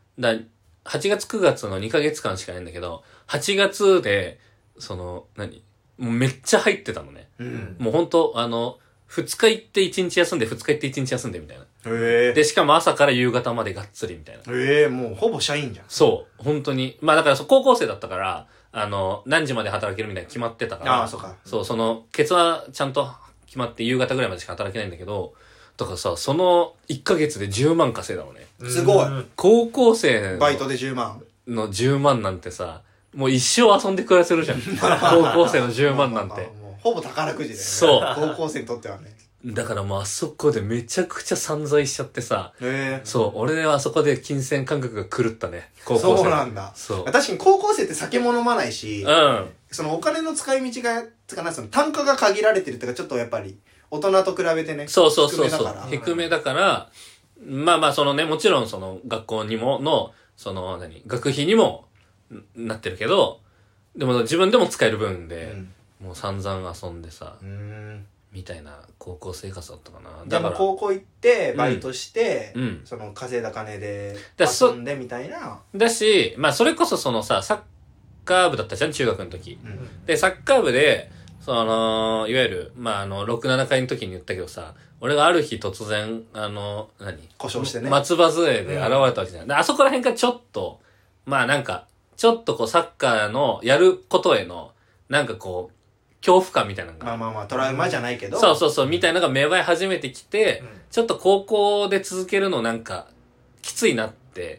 Speaker 1: 、8月9月の2ヶ月間しかないんだけど、8月で、もうめっちゃ入ってたのね。もうほんと、2日行って1日休んで、2日行って1日休んでみたいな。で、しかも朝から夕方までがっつりみたいな。
Speaker 2: もうほぼ社員じゃん。
Speaker 1: そう、本当に。だから高校生だったから、何時まで働けるみたいな決まってたから。
Speaker 2: そうか。
Speaker 1: そう、ケツはちゃんと決まって夕方ぐらいまでしか働けないんだけど、だからさ、その1ヶ月で10万稼いだのね。
Speaker 2: すごい。
Speaker 1: 高校生
Speaker 2: バイトで10万
Speaker 1: の10万なんてさ、もう一生遊んで暮らせるじゃん。高校生の10万なんて。
Speaker 2: もうほぼ宝くじだよね。
Speaker 1: そう。
Speaker 2: 高校生にとってはね。
Speaker 1: だからもうあそこでめちゃくちゃ散財しちゃってさ。そう、俺はあそこで金銭感覚が狂ったね。
Speaker 2: 高校生。そうなんだ。そう。確かに高校生って酒も飲まないし、そのお金の使い道が、その単価が限られてるっていうか、ちょっとやっぱり、大人と比べてね。
Speaker 1: そうそうそうそう。低めだから、もちろん学校にもの、学費にもなってるけど、でも自分でも使える分で、もう散々遊んでさ、みたいな高校生活だったかな。
Speaker 2: だから高校行って、バイトして、稼いだ金で遊んでみたいな。
Speaker 1: だし、それこそサッカー部だったじゃん、中学の時。で、サッカー部で、いわゆる、6、7回の時に言ったけどさ、俺がある日突然、
Speaker 2: 故障してね。
Speaker 1: 松葉杖で現れたわけじゃない。であそこら辺からちょっと、ちょっとサッカーのやることへの、恐怖感みたいなの
Speaker 2: が。トラウマじゃないけど。
Speaker 1: そうそうそう、みたいなのが芽生え始めてきて、ちょっと高校で続けるのきついなって、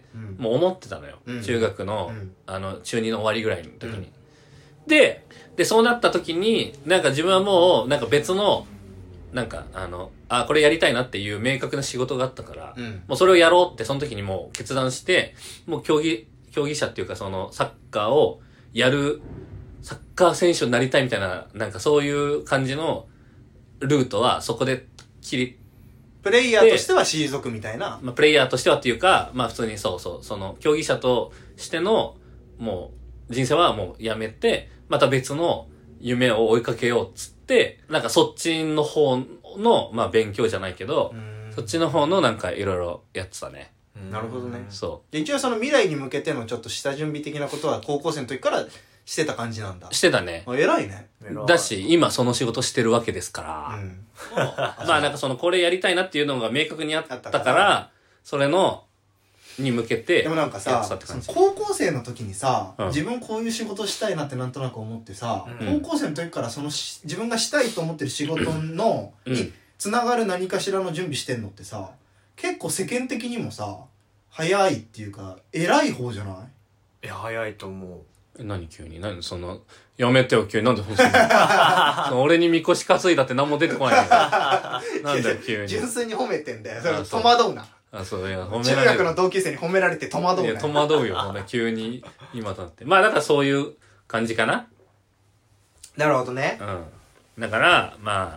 Speaker 1: もう思ってたのよ。中学の、中2の終わりぐらいの時に。で、そうなった時に、自分はもう、別の、これやりたいなっていう明確な仕事があったから、もうそれをやろうってその時にもう決断して、もう競技者っていうかサッカーをやる、サッカー選手になりたいみたいな、そういう感じのルートはそこで
Speaker 2: プレイヤーとしては退くみたいな。
Speaker 1: プレイヤーとしてはっていうか、普通に競技者としての、もう、人生はもうやめて、また別の夢を追いかけようっつって、そっちの方の、勉強じゃないけど、そっちの方のいろいろやってたね。
Speaker 2: なるほどね。
Speaker 1: そう。
Speaker 2: で、一応未来に向けてのちょっと下準備的なことは高校生の時からしてた感じなんだ。
Speaker 1: してたね。
Speaker 2: 偉いね。
Speaker 1: だし、今その仕事してるわけですから。これやりたいなっていうのが明確にあったから、それに向けて。
Speaker 2: でも高校生の時にさ、自分こういう仕事したいなってなんとなく思ってさ、高校生の時から自分がしたいと思ってる仕事の、につながる何かしらの準備してんのってさ、結構世間的にもさ、早いっていうか、偉い方じゃない？
Speaker 3: 早いと思う。
Speaker 1: 何急にやめてよ急になんで俺にみこし担いだって何も出てこないなんだよ急に。
Speaker 2: 純粋に褒めてんだよ。戸惑うな。
Speaker 1: そういや
Speaker 2: 褒められる。中学の同級生に褒められて戸惑うな。
Speaker 1: いや戸惑うよこんな急に今となって。だからそういう感じかな。
Speaker 2: なるほどね。
Speaker 1: だから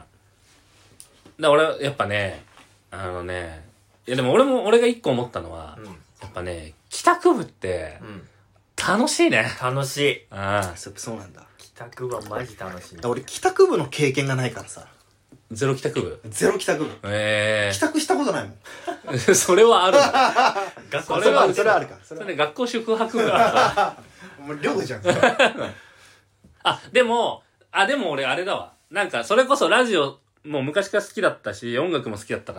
Speaker 1: 俺やっぱねいやでも俺が一個思ったのは、やっぱね帰宅部って、楽しいね。
Speaker 3: 楽しい。
Speaker 2: そうなんだ。
Speaker 3: 帰宅部はマジ楽しい。
Speaker 2: 俺帰宅部の経験がないからさ。
Speaker 1: ゼロ帰宅部。
Speaker 2: ゼロ帰宅部。帰宅したことないもん。
Speaker 1: それはある。
Speaker 2: それはあるか。
Speaker 1: それ学校宿泊部だか
Speaker 2: ら。もう寮じゃん。
Speaker 1: でも俺あれだわ。それこそラジオもう昔から好きだったし、音楽も好きだったから、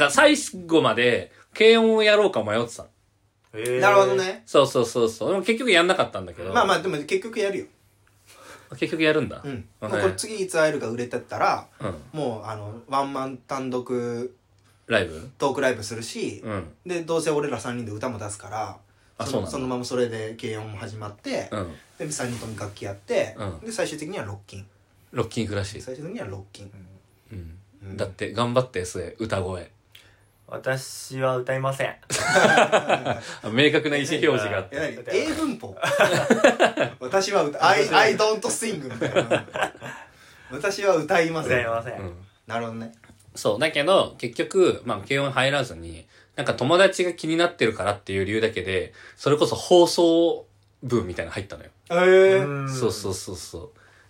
Speaker 1: 最後まで軽音をやろうか迷ってた。
Speaker 2: なるほどね。
Speaker 1: そう。でも結局やんなかったんだけど。
Speaker 2: でも結局やるよ。
Speaker 1: 結局やるんだ。
Speaker 2: これ次いつ会えるか売れてったら、もうワンマン単独
Speaker 1: ライブ
Speaker 2: トークライブするし、で、どうせ俺ら3人で歌も出すから、 そのままそれで軽音も始まって、で3人とも楽器やって、で最終的にはロッキン
Speaker 1: クラシ
Speaker 2: 最終的にはロッキン、
Speaker 1: だって頑張って歌声。
Speaker 3: 私は歌いません。
Speaker 1: 明確な意思表示があって。
Speaker 2: 英文法私はI don't sing みたいな。私は歌いません。
Speaker 3: 歌いません。
Speaker 2: なるほどね。
Speaker 1: そう。だけど、結局、軽音入らずに、なんか友達が気になってるからっていう理由だけで、それこそ放送部みたいなの入ったのよ。そう。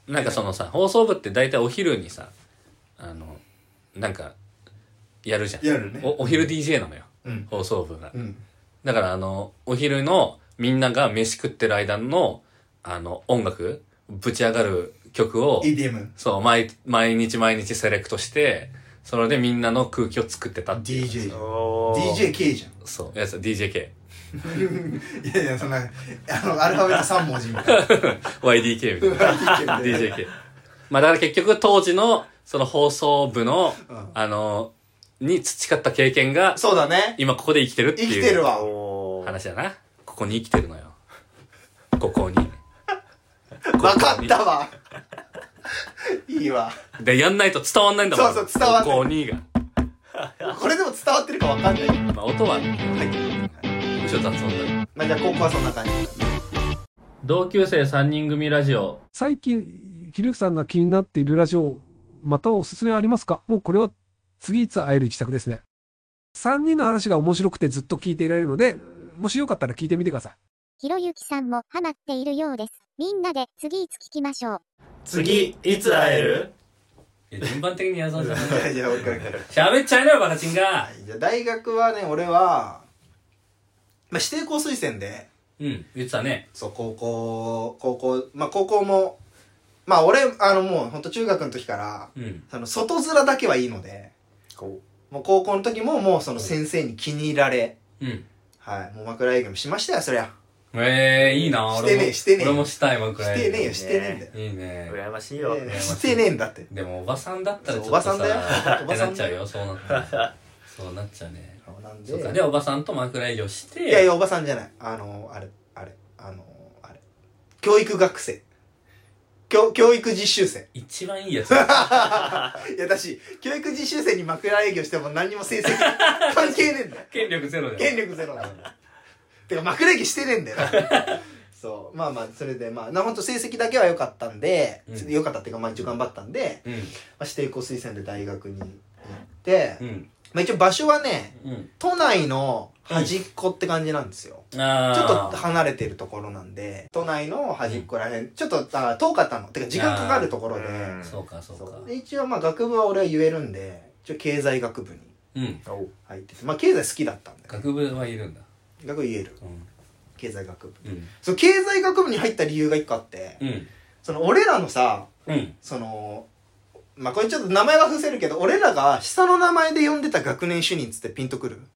Speaker 1: なんか放送部って大体お昼にさ、なんか、やるじゃん。
Speaker 2: やるね。
Speaker 1: お昼 DJ なのよ。放送部が。だからお昼のみんなが飯食ってる間の、音楽、ぶち上がる曲を、
Speaker 2: EDM。
Speaker 1: そう、毎日セレクトして、それでみんなの空気を作ってたっていう。
Speaker 2: DJK じゃん。
Speaker 1: そう、DJK。
Speaker 2: いや、そんな、アルファベット3文字みたいな。
Speaker 1: YDK みたいな。DJK。だから結局当時の、その放送部の、に培った経験が、
Speaker 2: そうだね。
Speaker 1: 今ここで生きてるっていう。
Speaker 2: 生きてるわ。
Speaker 1: 話だな。ここに生きてるのよ。ここに。
Speaker 2: わかったわ。いいわ。
Speaker 1: で、やんないと伝わんないんだもん。
Speaker 2: そう、伝わんない。
Speaker 1: ここにが。
Speaker 2: これでも伝わってるかわかんない。
Speaker 1: 音は、入ってる。後ろ雑音だ。
Speaker 2: じゃあ高校はそんな感じ。
Speaker 1: 同級生3人組ラジオ。
Speaker 4: 最近、ひろゆきさんが気になっているラジオ、またおすすめありますか？もうこれは次いつ会える一択ですね。3人の話が面白くてずっと聞いていられるので、もしよかったら聞いてみてください。
Speaker 5: ひろゆきさんもハマっているようです。みんなで次いつ聞きましょう。
Speaker 3: 次いつ会える？
Speaker 1: 順番的にやぞんじゃない。
Speaker 2: いや、俺から
Speaker 1: 喋っちゃいなよ、バカチンが。
Speaker 2: じゃあ大学はね、俺は、指定校推薦で。
Speaker 1: 言ってたね。
Speaker 2: そう、高校も、俺、もうほんと中学の時から、外面だけはいいので、もう高校の時ももうその先生に気に入られ、はい、もう枕営業もしましたよ、そりゃ。
Speaker 1: いいな。
Speaker 2: してねえ。
Speaker 1: 俺もしたい、枕営業。
Speaker 2: してねえよ、してねえんだよ。
Speaker 1: いいね。
Speaker 3: 羨ましいよ。
Speaker 2: してねえんだって。
Speaker 1: でもおばさんだったらちょっとさ、
Speaker 2: おばさんだよ。
Speaker 1: ってなっちゃうよ、そうなったら。そうなっちゃうね。そうか。で、おばさんと枕営業して。
Speaker 2: いや、おばさんじゃない。あれ。教育学生。教育実習生。
Speaker 1: 一番いいやつ。
Speaker 2: いや、私、教育実習生に枕営業しても何にも成績関係ねえんだよ。
Speaker 1: 権力ゼロだよ。
Speaker 2: 権力ゼロだよ。てか、枕営業してねえんだよ。そう。それで、ほんと成績だけは良かったんで、良かったっていうか、一応頑張ったんで、指定校推薦で大学に行って、一応場所はね、都内の端っこって感じなんですよ。ちょっと離れてるところなんで、都内の端っこらへん、ちょっと遠かったの。てか時間かかるところで。
Speaker 1: そうか。
Speaker 2: で一応学部は俺は言えるんで、一応経済学部に入ってて、経済好きだったんで。
Speaker 1: 学部はいるんだ。
Speaker 2: 学部言える。経済学部。そう、経済学部に入った理由が一個あって、俺らのさ、これちょっと名前は伏せるけど、俺らが下の名前で呼んでた学年主任つってピンとくる？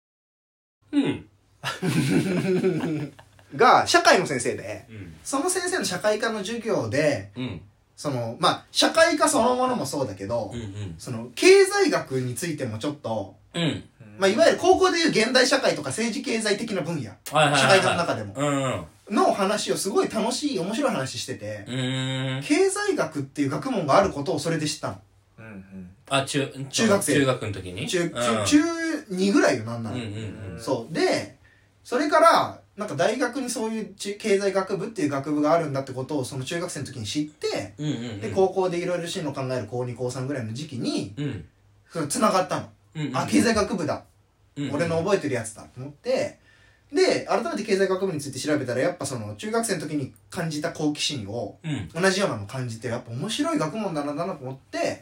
Speaker 2: が、社会の先生で、その先生の社会科の授業で、社会科そのものもそうだけど、経済学についてもちょっと、いわゆる高校でいう現代社会とか政治経済的な分野、社会科の中でも、の話をすごい楽しい、面白い話してて、経済学っていう学問があることをそれで知ったの。中学生。
Speaker 1: 中学の時に
Speaker 2: 中2ぐらいよ、なんなら。そう。で、それから、大学にそういう経済学部っていう学部があるんだってことをその中学生の時に知って、で、高校でいろいろ進路考える高2、高3ぐらいの時期に、繋がったの。経済学部だ。俺の覚えてるやつだと思って、で、改めて経済学部について調べたら、やっぱ中学生の時に感じた好奇心を、同じようなのを感じて、やっぱ面白い学問だなと思って、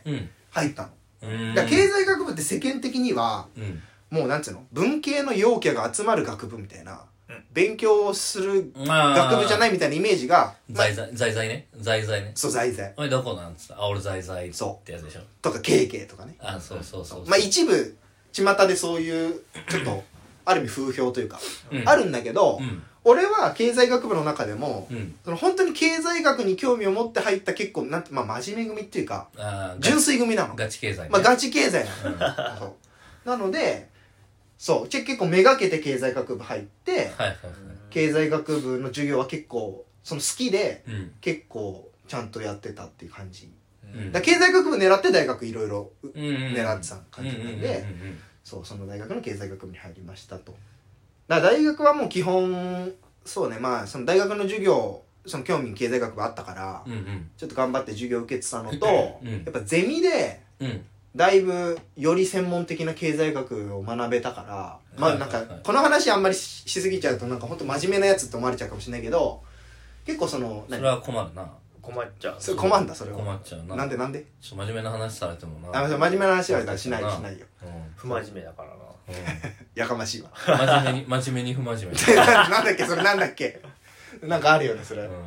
Speaker 2: 入ったの。だから経済学部って世間的には、もうなんつうの、文系の陽キャが集まる学部みたいな、勉強をする学部じゃないみたいなイメージが、
Speaker 1: 在在ね。
Speaker 2: そう、在在。
Speaker 1: おい、どこなんつった？俺在在ってやつでしょ。
Speaker 2: とか、経験とかね。
Speaker 1: そう。
Speaker 2: 一部、巷でそういう、ちょっと、ある意味風評というか、あるんだけど、俺は経済学部の中でも、本当に経済学に興味を持って入った結構、真面目組っていうか、純粋組なの。
Speaker 1: ガチ経済。
Speaker 2: ガチ経済なの。なので、そう、結構めがけて経済学部入って、 経済学部の授業は結構その好きで、結構ちゃんとやってたっていう感じ、だ経済学部狙って大学いろいろ狙ってた感じなんで、そうその大学の経済学部に入りましたと。だから大学はもう基本そうね、まあその大学の授業その興味経済学部あったから、ちょっと頑張って授業受けてたのと、やっぱゼミで、だいぶより専門的な経済学を学べたから、まあなんかこの話あんまりしすぎちゃうとなんかほんと真面目なやつって思われちゃうかもしれないけど、結構その
Speaker 1: それは困るな。
Speaker 3: 困っちゃう。
Speaker 2: それ困んだそれは。
Speaker 1: 困っちゃうな。
Speaker 2: なんで
Speaker 1: ちょっと真面目な話されてもな。
Speaker 2: 真面目な話はしないよ。
Speaker 3: 不真面目だからな。
Speaker 2: やかましいわ。
Speaker 1: 真面目に不真面目。
Speaker 2: なんだっけそれなんだっけ。なんかあるよねそれ。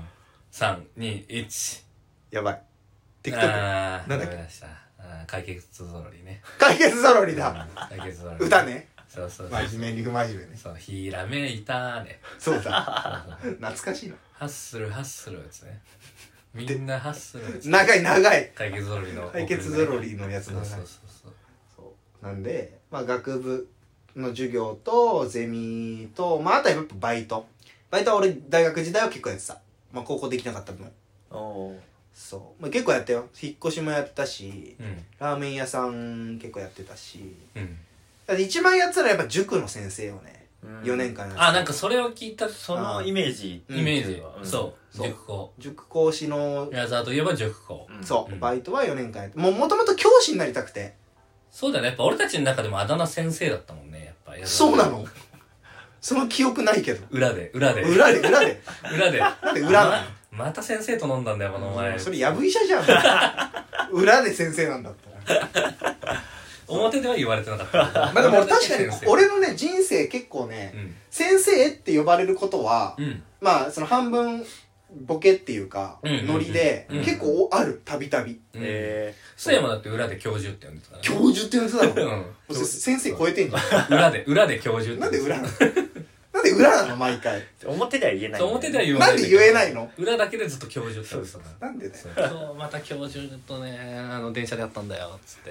Speaker 1: 3、2、1。
Speaker 2: やばい。TikTok。なんだっけ。
Speaker 1: 解決ぞろりね。
Speaker 2: 解決ぞろりだ。
Speaker 1: 解決ぞろり。
Speaker 2: 歌ね。
Speaker 1: そうそう。
Speaker 2: 真面目に不真面目ね。
Speaker 1: そう、ひらめいたね。
Speaker 2: そうだ。懐かしいな。
Speaker 1: ハッスルですね。みんなハッスル。
Speaker 2: 長い。
Speaker 1: 解決ぞろりの。
Speaker 2: 解決ぞろりのやつだ。
Speaker 1: そう
Speaker 2: なんで、まあ学部の授業とゼミと、まああとはやっぱバイトは俺大学時代は結構やってた。まあ高校できなかった分。そう、まあ、結構やったよ。引っ越しもやったし、ラーメン屋さん結構やってたし、だって一番やってたのはやっぱ塾の先生をね、4年間やってた。
Speaker 1: なんかそれを聞いた
Speaker 3: そのイメージ
Speaker 1: そう
Speaker 2: 塾講師の
Speaker 1: 矢沢といえば塾講、
Speaker 2: そうバイトは4年間やって、もともと教師になりたくて。
Speaker 1: そうだね、やっぱ俺たちの中でもあだ名先生だったもんね、やっぱ。
Speaker 2: そうなの？その記憶ないけど。
Speaker 1: 裏で
Speaker 2: なんで裏なの？
Speaker 1: また先生と飲んだんだよこの前。
Speaker 2: それやぶ医者じゃん。裏で先生なんだったら。
Speaker 1: 表では言われてなかった。
Speaker 2: まあでも確かに俺のね人生結構ね、先生って呼ばれることは、まあその半分ボケっていうかノリで結構ある、たびたび。
Speaker 1: 須山だって裏で教授って呼んでたからね。
Speaker 2: 教授って呼んでたの？先生超えてんじゃ
Speaker 1: ん。裏で教授って。
Speaker 2: なんで裏なの？なんで裏なの毎回。
Speaker 3: 表では言えない。
Speaker 1: 表では言わない。
Speaker 2: なんで言えないの？
Speaker 1: 裏だけでずっと教授って言ってた。
Speaker 2: なんでだよ。
Speaker 1: 今日また教授とね電車でやったんだよつって。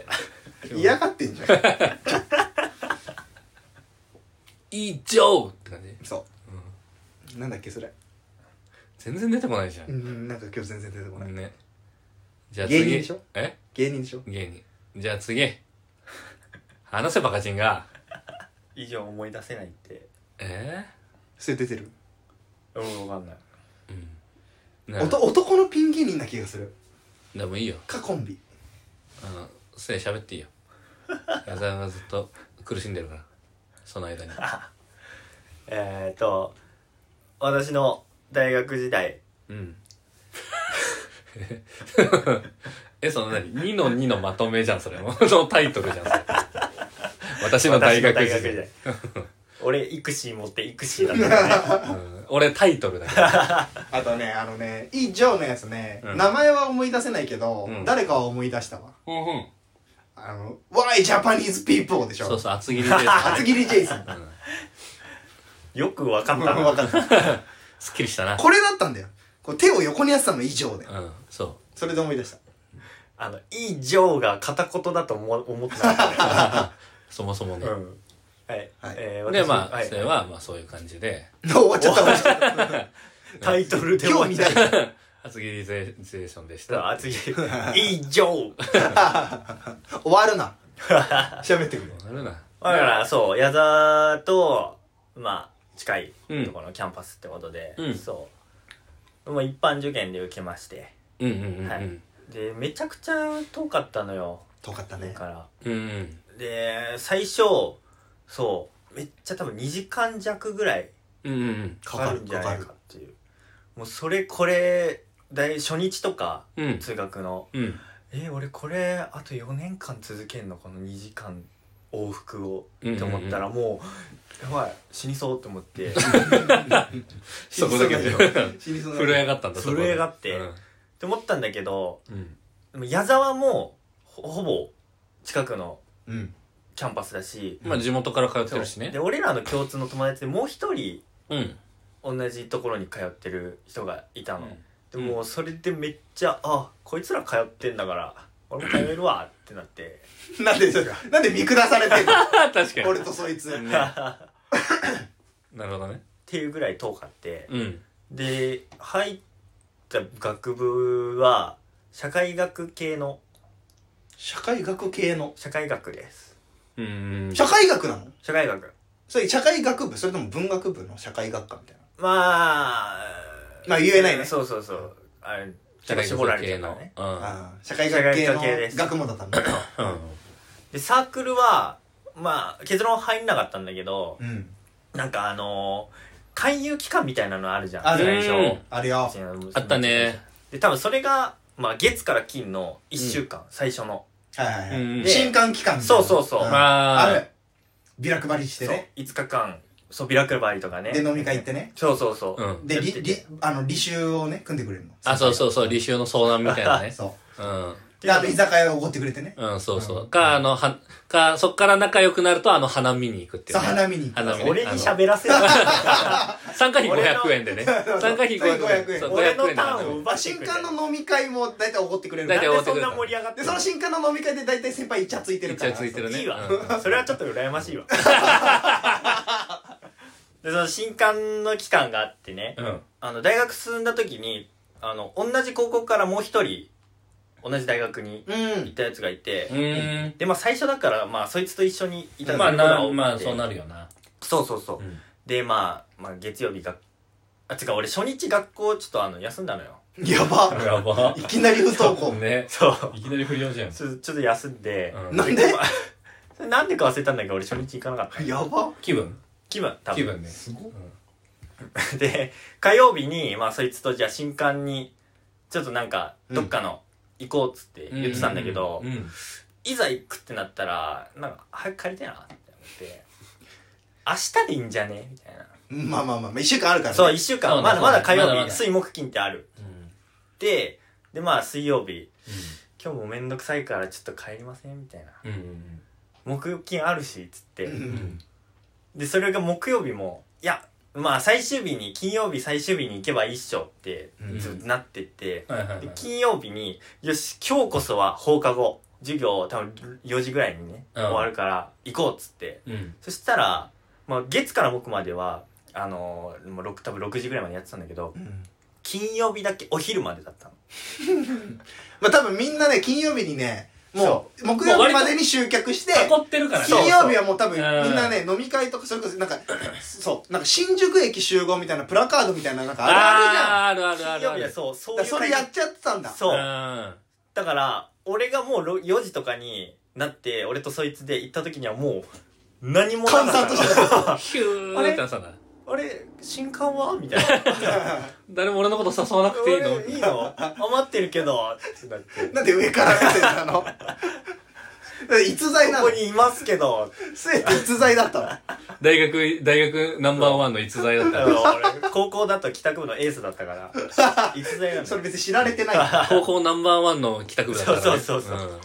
Speaker 2: 嫌がってんじゃん。
Speaker 1: 以上って感じ。
Speaker 2: そう。なんだっけそれ。
Speaker 1: 全然出てこないじゃ
Speaker 2: ん。なんか今日全然出てこない
Speaker 1: ね。じゃあ次。
Speaker 2: 芸人でしょ？芸人でしょ？
Speaker 1: 芸人。じゃあ次。話せバカチンが
Speaker 3: 以上思い出せないって。
Speaker 2: それ出てる？
Speaker 3: わかんない。
Speaker 2: 男のピン芸人な気がする。
Speaker 1: でもいいよ。
Speaker 2: かコンビ。
Speaker 1: せい喋っていいよ。矢沢がずっと苦しんでるからその間に。
Speaker 3: 私の大学時代。
Speaker 1: その何 2の2のまとめじゃんそれも。そのタイトルじゃんそれ。私の大学時代。
Speaker 3: 俺イクシー持ってイクシーだったね。
Speaker 1: 俺タイトルだから。
Speaker 2: あとね以上のやつね、名前は思い出せないけど、誰かは思い出したわ。Why Japanese people でしょ。
Speaker 1: そうそう厚切りジェイソン。
Speaker 2: 厚切りジェイソン。
Speaker 3: よく分かったな。
Speaker 2: 分かった。
Speaker 1: すっきりしたな。
Speaker 2: これだったんだよ。こう手を横にやってたの以上で。
Speaker 1: そう。
Speaker 2: それで思い出した。
Speaker 3: 以上が片言だと思ってなかった。
Speaker 1: そもそもね。
Speaker 3: はい。
Speaker 1: でまあそれはまあそういう感じで。
Speaker 2: 終わっちゃった。
Speaker 3: タイトルで終わっちゃった。
Speaker 1: 厚切りゼーションでした。
Speaker 3: 厚切り。以上。
Speaker 2: 終わるな。喋ってくれ。
Speaker 1: 終わるな。
Speaker 3: だからそう矢沢とまあ近いところのキャンパスってことで、そうもう一般受験で受けまして、でめちゃくちゃ遠かったのよ。
Speaker 2: 遠かったね。
Speaker 3: から、で最初そうめっちゃ多分2時間弱ぐらいかかるんじゃないかっていう。もうそれこれ初日とか、通学の、俺これあと4年間続けんのこの2時間往復をって思ったらもうやばい死にそうって思って
Speaker 1: そこだけで
Speaker 2: 震
Speaker 1: え上がったんだ。
Speaker 3: 震え上がってって思ったんだけど、でも矢沢もほぼ近くのキャンパスだし、
Speaker 1: まあ地元から通ってるしね。
Speaker 3: で俺らの共通の友達でもう一人同じところに通ってる人がいたの。でもそれでめっちゃこいつら通ってんだから俺も通えるわってなって。
Speaker 2: なんで見下されてんの？
Speaker 1: 確かに。
Speaker 2: 俺とそいつ。
Speaker 1: なるほどね。っ
Speaker 3: っていうぐらい遠かって、
Speaker 1: うん、
Speaker 3: で入った学部は社会学系の
Speaker 2: 社会学系の
Speaker 3: 社会学です。
Speaker 2: 社会学なの？
Speaker 3: 社会学。
Speaker 2: それ社会学部それとも文学部の社会学科みたいな。
Speaker 3: まあ
Speaker 2: 言えないね。
Speaker 3: そうそうそう。あれ
Speaker 1: 社会
Speaker 3: 絞られて
Speaker 1: 学系の
Speaker 3: るからね。
Speaker 2: 社会学系の学問だったんだ。
Speaker 3: でサークルはまあ結論入んなかったんだけど、なんか勧誘期間みたいなのあるじゃん。最初
Speaker 2: あるよ。
Speaker 1: あったね。
Speaker 3: で多分それがまあ月から金の1週間、最初の。
Speaker 2: 新歓期間みたいな。
Speaker 3: そう。
Speaker 2: ある。ビラ配りしてね。
Speaker 3: 5日間。そう、ビラ配りとかね。
Speaker 2: で、飲み会行ってね。
Speaker 3: そう。
Speaker 2: で、履修をね、組んでくれるの。
Speaker 1: そう、履修の相談みたいなね。
Speaker 2: そう。で、居酒屋をおごってくれてね。
Speaker 1: そう。そっから仲良くなると、花見に行くっていう。
Speaker 2: そう、花見に行
Speaker 3: く。俺に喋らせる。
Speaker 1: 参加費500円でね。参加費500円。
Speaker 3: 俺のターンを奪ってくれる。
Speaker 2: 新刊の飲み会も大体おごってくれる。
Speaker 3: なんでそんな盛り上がってる。
Speaker 2: で、その新刊の飲み会で大体先輩イチャついてるから。
Speaker 1: イチャついてるね。
Speaker 3: いいわ。それはちょっと羨ましいわ。で、その新刊の期間があってね、大学進んだ時に、同じ高校からもう一人、同じ大学に行ったやつがいて、で、まあ最初だから、まあそいつと一緒にいた
Speaker 1: まあそうなるよな。
Speaker 3: そう。で、まあ月曜日俺初日学校ちょっと休んだのよ。
Speaker 2: やば。いきなり不登校。
Speaker 1: ね。
Speaker 3: そう。
Speaker 1: いきなり不良じゃん。
Speaker 3: ちょっと休んで。
Speaker 2: なんで
Speaker 3: なんでか忘れたんだけど、俺初日行かなかった。
Speaker 2: やば。
Speaker 1: 気分
Speaker 3: 多分。
Speaker 1: 気分ね。
Speaker 2: すご
Speaker 3: い。で、火曜日に、まあそいつとじゃあ新刊に、ちょっとなんか、どっかの行こうっつって言ってたんだけど、いざ行くってなったら、なんか、早く帰りたいなって思って、明日でいいんじゃねみたいな。
Speaker 2: まあ、1週間あるからね。
Speaker 3: そう、1週間。まだ火曜日、水木金ってある。で、まあ水曜日、今日もめんどくさいからちょっと帰りませんみたいな。木金あるし、つって。で、それが木曜日も、いや、まあ金曜日最終日に行けばいいっしょってなってて、金曜日に、よし、今日こそは放課後、授業多分4時ぐらいにね、終わるから行こうっつって。そしたら、まあ月から木までは、多分6時ぐらいまでやってたんだけど、金曜日だけお昼までだったの。
Speaker 2: まあ多分みんなね、金曜日にね、もう木曜日までに集客して、
Speaker 1: 囲ってるからね。
Speaker 2: 金曜日はもう多分みんなね、飲み会とかそれこそなんか、なんか新宿駅集合みたいなプラカードみたいななんか
Speaker 1: あるじゃん。
Speaker 3: 金曜日はそういう
Speaker 2: それやっちゃってたんだ。
Speaker 3: そう。だから、俺がもう4時とかになって、俺とそいつで行った時にはもう、何もなかった。
Speaker 2: 閑散としてた。
Speaker 1: ヒューってさな。
Speaker 3: あれ新刊はみたいな。
Speaker 1: 誰も俺のこと誘わなくていいの？
Speaker 3: いいの？余ってるけど。
Speaker 2: なんで上から見てなの？逸材なの？
Speaker 3: ここにいますけど。
Speaker 2: すべて逸材だったの。
Speaker 1: 大学ナンバーワンの逸材だった。
Speaker 3: 俺、高校だと帰宅部のエースだったから。逸材なんだ。
Speaker 2: それ別に知られてない。
Speaker 1: 高校ナンバーワンの帰宅部だったから。
Speaker 3: そう。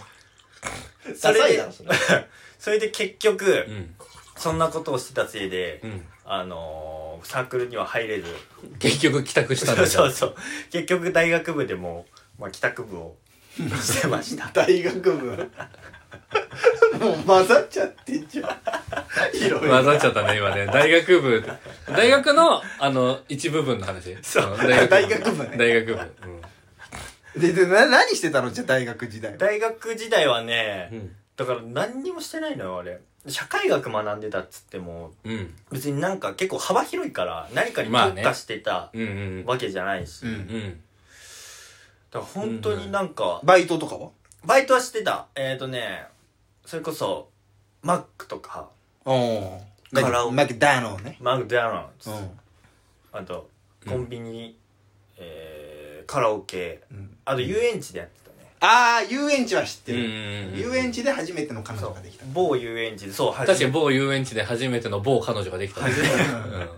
Speaker 3: それで結局、そんなことをしてたせいで、サークルには入れず。
Speaker 1: 結局帰宅したんだ。
Speaker 3: そう。結局大学部でも、まあ帰宅部をしてました。
Speaker 2: 大学部。もう混ざっちゃってんじゃん。
Speaker 1: 混ざっちゃったね、今ね。大学部。大学の、一部分の話。
Speaker 2: そう。大学部ね。
Speaker 1: 大学部。
Speaker 2: で、何してたのじゃあ大学時代。
Speaker 3: 大学時代はね、だから何にもしてないのよ、あれ。社会学学んでたっつっても、別になんか結構幅広いから何かに特化してたわけじゃないし、だから本当になんか、
Speaker 2: バイトとかは？
Speaker 3: バイトはしてた。それこそマックとか、
Speaker 2: カラオケ、マクドナルドね。
Speaker 3: マクドナルド、あとコンビニ、カラオケ、あと遊園地でやってた。
Speaker 2: 遊園地は知ってる。遊園地で初めての彼女ができた。
Speaker 3: 某遊園地で、そう、
Speaker 1: 確かに某遊園地で初めての某彼女ができた。確か
Speaker 2: に。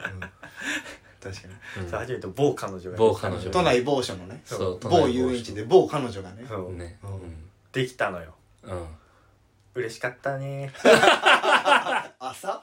Speaker 3: 初めて某彼女が。
Speaker 1: 某彼女。
Speaker 2: 都内某所のね。某遊園地で某彼女がね。
Speaker 3: できたのよ。嬉しかったね。
Speaker 2: 朝。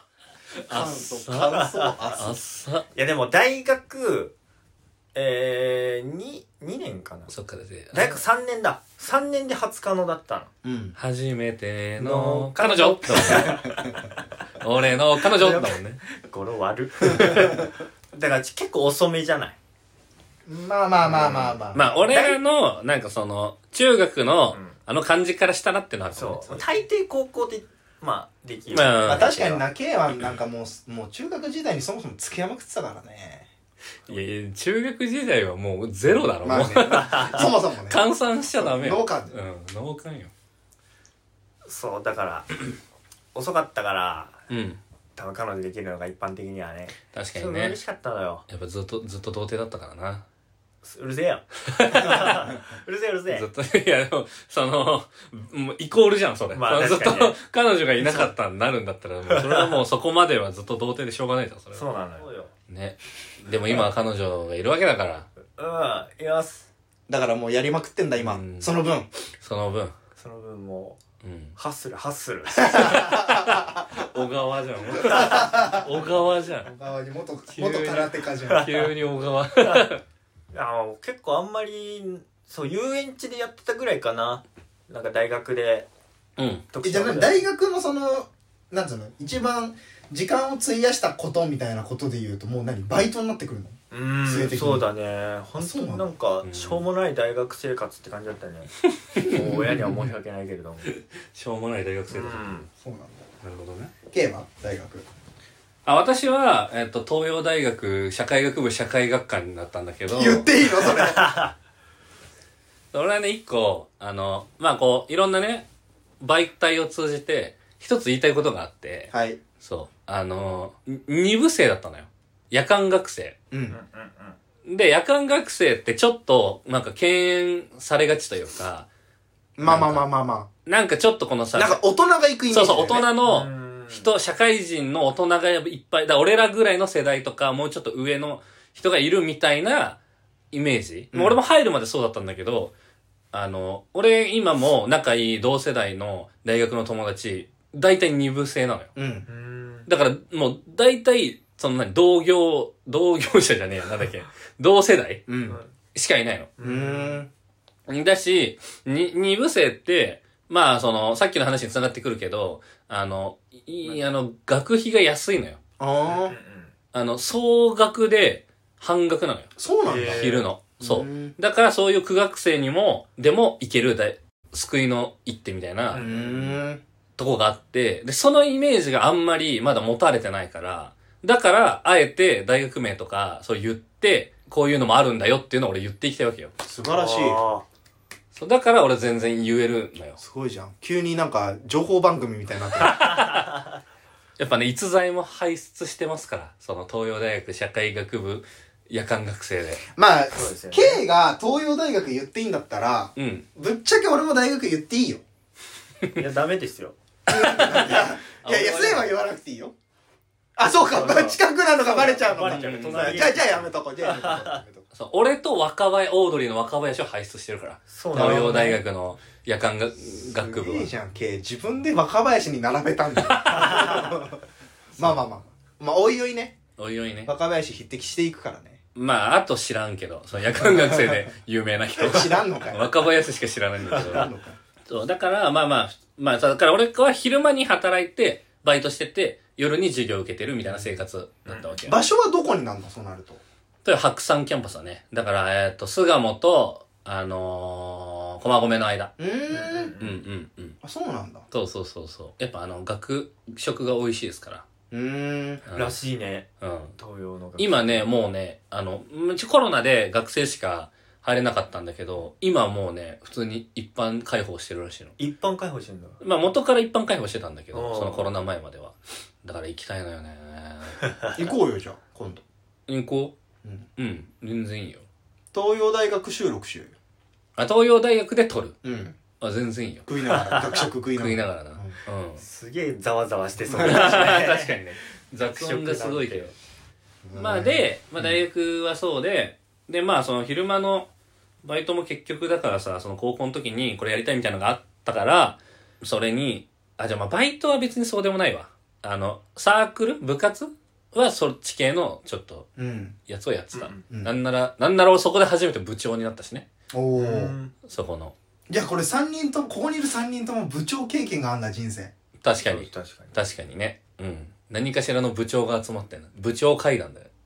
Speaker 3: いやでも大学、2年かな。
Speaker 1: そっかだね。
Speaker 3: 大学3年だ。3年で初カノだったの。
Speaker 1: 初めての彼女俺の彼女だもんね。
Speaker 3: 語呂悪。 だから結構遅めじゃない？
Speaker 2: まあ
Speaker 1: まあ俺らのなんかその中学のあの感じからしたらってのはある。
Speaker 3: そう大抵高校でまあできる。
Speaker 2: まあ確かにな、K はなんかもう中学時代にそもそも付き合いまくってたからね。
Speaker 1: いやいや中学時代はもうゼロだろ、
Speaker 2: まあね、そもそもね
Speaker 1: 換算しちゃダメよ。
Speaker 2: 脳幹。
Speaker 1: 脳幹よ。
Speaker 3: そうだから遅かったから
Speaker 1: うん
Speaker 3: 多分彼女できるのが一般的にはね。
Speaker 1: 確かにね。
Speaker 3: 嬉しかったのよ。
Speaker 1: やっぱずっと童貞だったからな。
Speaker 3: うるせえよ。うるせえうるせえ。
Speaker 1: ずっといやでもそのもうイコールじゃんそれ。
Speaker 3: まあ
Speaker 1: ずっと彼女がいなかったになるんだったらもうそれはもうそこまではずっと童貞でしょうがないじゃんそれは。
Speaker 3: そうなのよ。
Speaker 1: ね。でも今は彼女がいるわけだから。
Speaker 3: います。
Speaker 2: だからもうやりまくってんだ今。その分
Speaker 3: もう。ハッスル
Speaker 1: 小川じゃん小川じゃん。
Speaker 2: 小川に元空手家じゃん。
Speaker 1: 急に小川。
Speaker 3: 結構あんまりそう遊園地でやってたぐらいかな。なんか大学で
Speaker 2: じゃあ大学のそのなんつうの一番時間を費やしたことみたいなことで言うともうバイトになってくるの？
Speaker 3: そうだね。本当になんかしょうもない大学生活って感じだったね。もう親には申し訳ないけれども。
Speaker 1: しょうもない大学生活。
Speaker 2: そうなんだ。
Speaker 1: なるほどね。
Speaker 2: K は大学？
Speaker 1: 私は東洋大学社会学部社会学科になったんだけど。
Speaker 2: 言っていいのそれ？
Speaker 1: 俺はね一個まあこういろんなね媒体を通じて一つ言いたいことがあって。
Speaker 2: はい。
Speaker 1: そう2部生だったのよ。夜間学生。で、夜間学生ってちょっと、なんか敬遠されがちというか。
Speaker 2: まあ。
Speaker 1: なんかちょっとこのさ。
Speaker 2: なんか大人が行くイメージだよね。
Speaker 1: そう、大人の人、社会人の大人がいっぱい。だから俺らぐらいの世代とか、もうちょっと上の人がいるみたいなイメージ。俺も入るまでそうだったんだけど、俺今も仲いい同世代の大学の友達、大体2部生なのよ。だからもう大体、そんなに同業者じゃねえや、なんだっけ。同世代しかいないの。だし、二部生って、まあ、さっきの話に繋がってくるけど、学費が安いのよ。総額で半額なのよ。
Speaker 2: そうなんだ。
Speaker 1: 昼の。そう。だからそういう苦学生にも、でも行ける救いの一手みたいな、とこがあって、で、そのイメージがあんまりまだ持たれてないから、だから、あえて大学名とか、そう言って、こういうのもあるんだよっていうのを俺言っていきたいわけよ。
Speaker 2: 素晴らしい。
Speaker 1: そう、だから俺全然言えるのよ。
Speaker 2: すごいじゃん。急になんか、情報番組みたいになってる。
Speaker 1: やっぱね、逸材も輩出してますから。その東洋大学社会学部夜間学生で。
Speaker 2: まあ、K が東洋大学言っていいんだったら、ぶっちゃけ俺も大学言っていいよ。
Speaker 3: いや、ダメですよ。
Speaker 2: いや、そういえば言わなくていいよ。あ、そうか。近くなのがバレちゃうのか。じゃあやめとこう。
Speaker 1: そう、俺とオードリーの若林を輩出してるから。東洋大学の夜間学部は。
Speaker 2: いいじゃん、K。自分で若林に並べたんだよ。まあ、おいおいね。若林匹敵していくからね。
Speaker 1: まあ、あと知らんけど、その夜間学生で有名な人。
Speaker 2: 知らんのかよ。
Speaker 1: 若林しか知らないんだけど。知らんのか。そう、だから、まあ、だから俺は昼間に働いて、バイトしてて、夜に授業を受けてるみたいな生活だったわけよ。
Speaker 2: 場所はどこになるのそうなると。
Speaker 1: 白山キャンパスだね。だから、巣鴨と、駒込の間。
Speaker 2: あ、そうなんだ。
Speaker 1: そう。やっぱ学食が美味しいですから。
Speaker 3: らしいね。東洋の学
Speaker 1: 今ね、もうね、コロナで学生しか入れなかったんだけど、今はもうね、普通に一般開放してるらしいの。
Speaker 3: 一般開放してるんだ。
Speaker 1: まあ元から一般開放してたんだけど、そのコロナ前までは。だから行きたいのよね。
Speaker 2: 行こうよ、じゃあ、今度。
Speaker 1: 行こう？全然いいよ。
Speaker 2: 東洋大学収録しようよ。
Speaker 1: あ、東洋大学で撮る？あ、全然いいよ。
Speaker 2: 食いながら、学食食いながら。
Speaker 3: すげえざわざわしてそう。
Speaker 1: 確かにね。雑音がすごいけど。まあで、大学はそうで、で、まあその昼間のバイトも結局だからさ、その高校の時にこれやりたいみたいなのがあったから、それに、じゃあバイトは別にそうでもないわ。サークル部活はそっち系のちょっと、やつをやってた。なんなら俺そこで初めて部長になったしね。そこの。
Speaker 2: じゃあこれここにいる3人とも部長経験があんだ、人生。
Speaker 1: 確かにね。何かしらの部長が集まってんの。部長会談だよ。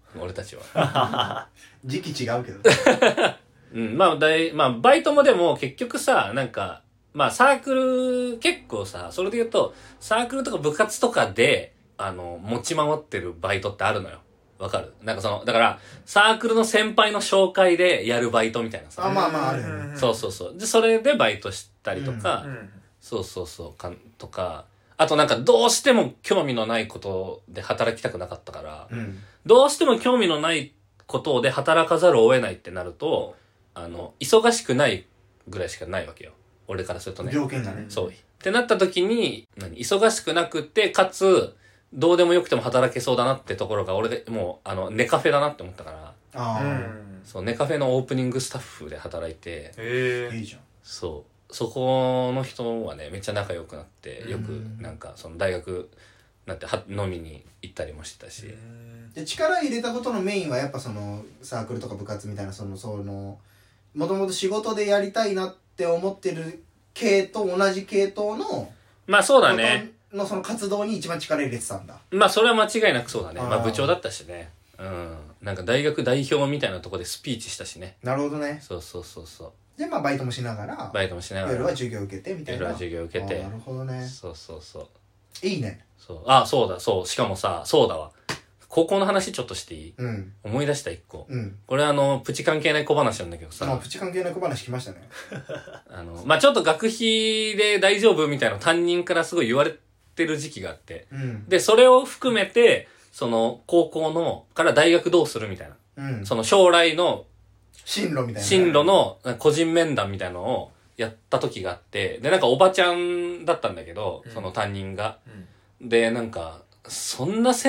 Speaker 1: 俺たちは。
Speaker 2: 時期違うけど
Speaker 1: うん、まあバイトもでも結局さ、なんか、まあサークル結構さ、それで言うと、サークルとか部活とかで、持ち回ってるバイトってあるのよ。わかる？なんかだから、サークルの先輩の紹介でやるバイトみたいなさ。
Speaker 2: あ、まああるよね。
Speaker 1: そうそうそう。で、それでバイトしたりとか、そうとか、あとなんかどうしても興味のないことで働きたくなかったから、どうしても興味のないことで働かざるを得ないってなると、忙しくないぐらいしかないわけよ。俺からするとね。
Speaker 2: 条件がね。
Speaker 1: そう。ってなった時に、忙しくなくて、かつ、どうでもよくても働けそうだなってところが、俺でもう、ネカフェだなって思ったから。そう、ネカフェのオープニングスタッフで働いて。
Speaker 2: いいじゃん。
Speaker 1: そう。そこの人はね、めっちゃ仲良くなって、よく、なんか、大学、なんて、飲みに行ったりもしてたし。
Speaker 2: で、力入れたことのメインはやっぱサークルとか部活みたいな、もともと仕事でやりたいなって思ってる系と同じ系統の、
Speaker 1: まあそうだね。
Speaker 2: のその活動に一番力入れてたんだ。
Speaker 1: まあそれは間違いなくそうだね。まあ部長だったしね。うん。なんか大学代表みたいなとこでスピーチしたしね。
Speaker 2: なるほどね。
Speaker 1: そう。
Speaker 2: で、まあバイトもしながら。夜は授業受けてみたいな。
Speaker 1: 夜は授業受けて。
Speaker 2: なるほどね。
Speaker 1: そう。
Speaker 2: いいね。
Speaker 1: そう。あ、そうだ、そう。しかもさ、そうだわ。高校の話ちょっとしていい？思い出した一個。これプチ関係ない小話なんだけどさ。
Speaker 2: プチ関係ない小話来ましたね。
Speaker 1: まあちょっと学費で大丈夫みたいな担任からすごい言われてる時期があって。で、それを含めて、高校から大学どうするみたいな。将来の
Speaker 2: 進路みたいな。
Speaker 1: 進路の個人面談みたいなのをやった時があって、で、なんかおばちゃんだったんだけど、その担任が。で、なんか、そんな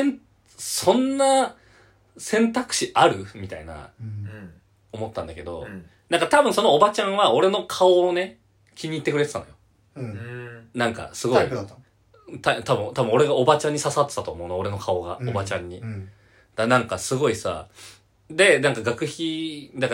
Speaker 1: 選択肢あるみたいな、思ったんだけど、なんか多分そのおばちゃんは俺の顔をね、気に入ってくれてたのよ。なんかすごい。
Speaker 2: タイプだった
Speaker 1: 多分俺がおばちゃんに刺さってたと思うの、俺の顔が、おばちゃんに。なんかすごいさ、で、なんか学費、だから、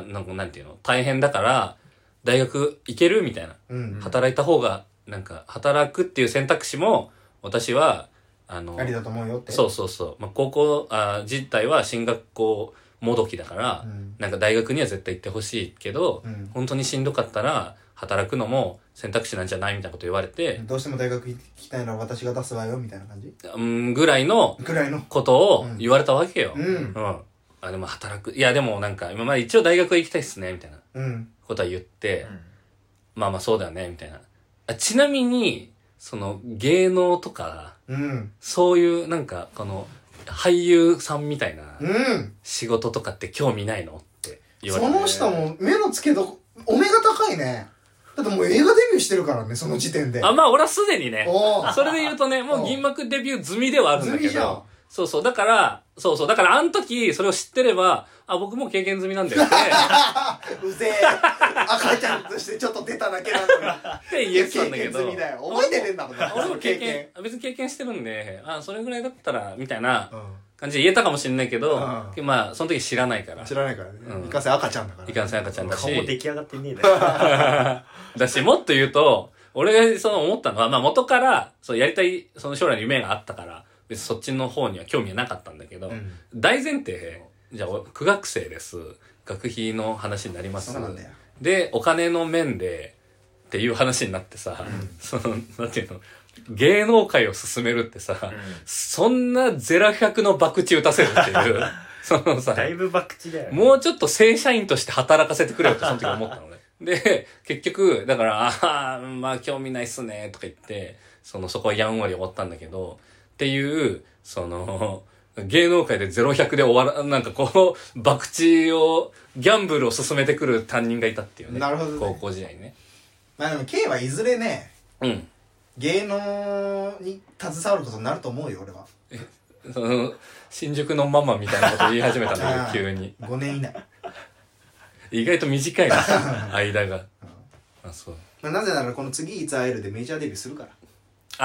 Speaker 1: なんていうの、大変だから、大学行けるみたいな。働いた方が、なんか、働くっていう選択肢も、私は、
Speaker 2: ありだと思うよって。
Speaker 1: そう。まあ、高校、自体は進学校もどきだから、なんか大学には絶対行ってほしいけど、本当にしんどかったら、働くのも選択肢なんじゃないみたいなこと言われて。
Speaker 2: どうしても大学行きたいなら私が出すわよ、みたいな感じ？
Speaker 1: ぐらいのことを言われたわけよ。でも働く。いや、でもなんか、今まで一応大学行きたいっすね、みたいなことは言って、まあそうだよね、みたいな。ちなみに、芸能とか、そういうなんか俳優さんみたいな仕事とかって興味ないのって言われて、
Speaker 2: その人も目の付けどお目が高いね。だってもう映画デビューしてるからね、その時点で。
Speaker 1: まあ俺はすでにね、それで言うとね、もう銀幕デビュー済みではあるんだけど、だからあの時それを知ってれば、僕も経験済みなんだよって
Speaker 2: うぜえ、赤ちゃんとしてちょっと出ただけなんだよ
Speaker 1: って言ってたんだけど、
Speaker 2: 覚えてねえんだもんな。
Speaker 1: 俺も別に経験してるんで、それぐらいだったらみたいな感じで言えたかもしれないけど、まあその時知らないから
Speaker 2: ね。いかんせん赤ちゃんだから。
Speaker 1: いかんせん赤ちゃんだし、
Speaker 3: 顔も出来上がってねえだ
Speaker 1: だし、もっと言うと、俺が思ったのは、まあ元からやりたい将来の夢があったから、別にそっちの方には興味はなかったんだけど、大前提、じゃあ苦学生です、学費の話になります、でお金の面でっていう話になってさ、なんていうの、芸能界を進めるってさ、そんな0-100の博打打たせるっていう
Speaker 3: だいぶ博打だよ、
Speaker 1: もうちょっと正社員として働かせてくれよってその時思ったのね。で結局だからまあ興味ないっすねとか言って、そこはやんわり終わったんだけどっていう、芸能界で0-100で終わら、なんか博打を、ギャンブルを進めてくる担任がいたっていうね。
Speaker 2: なるほどね。
Speaker 1: 高校時代にね。
Speaker 2: まあでも K はいずれね、芸能に携わることになると思うよ、俺は。
Speaker 1: 新宿のママみたいなこと言い始めたんだけど、急に。
Speaker 2: 5年以内。
Speaker 1: 意外と短いな、間が。そう。
Speaker 2: まあなぜならこの次いつ会えるでメジャーデビューするから。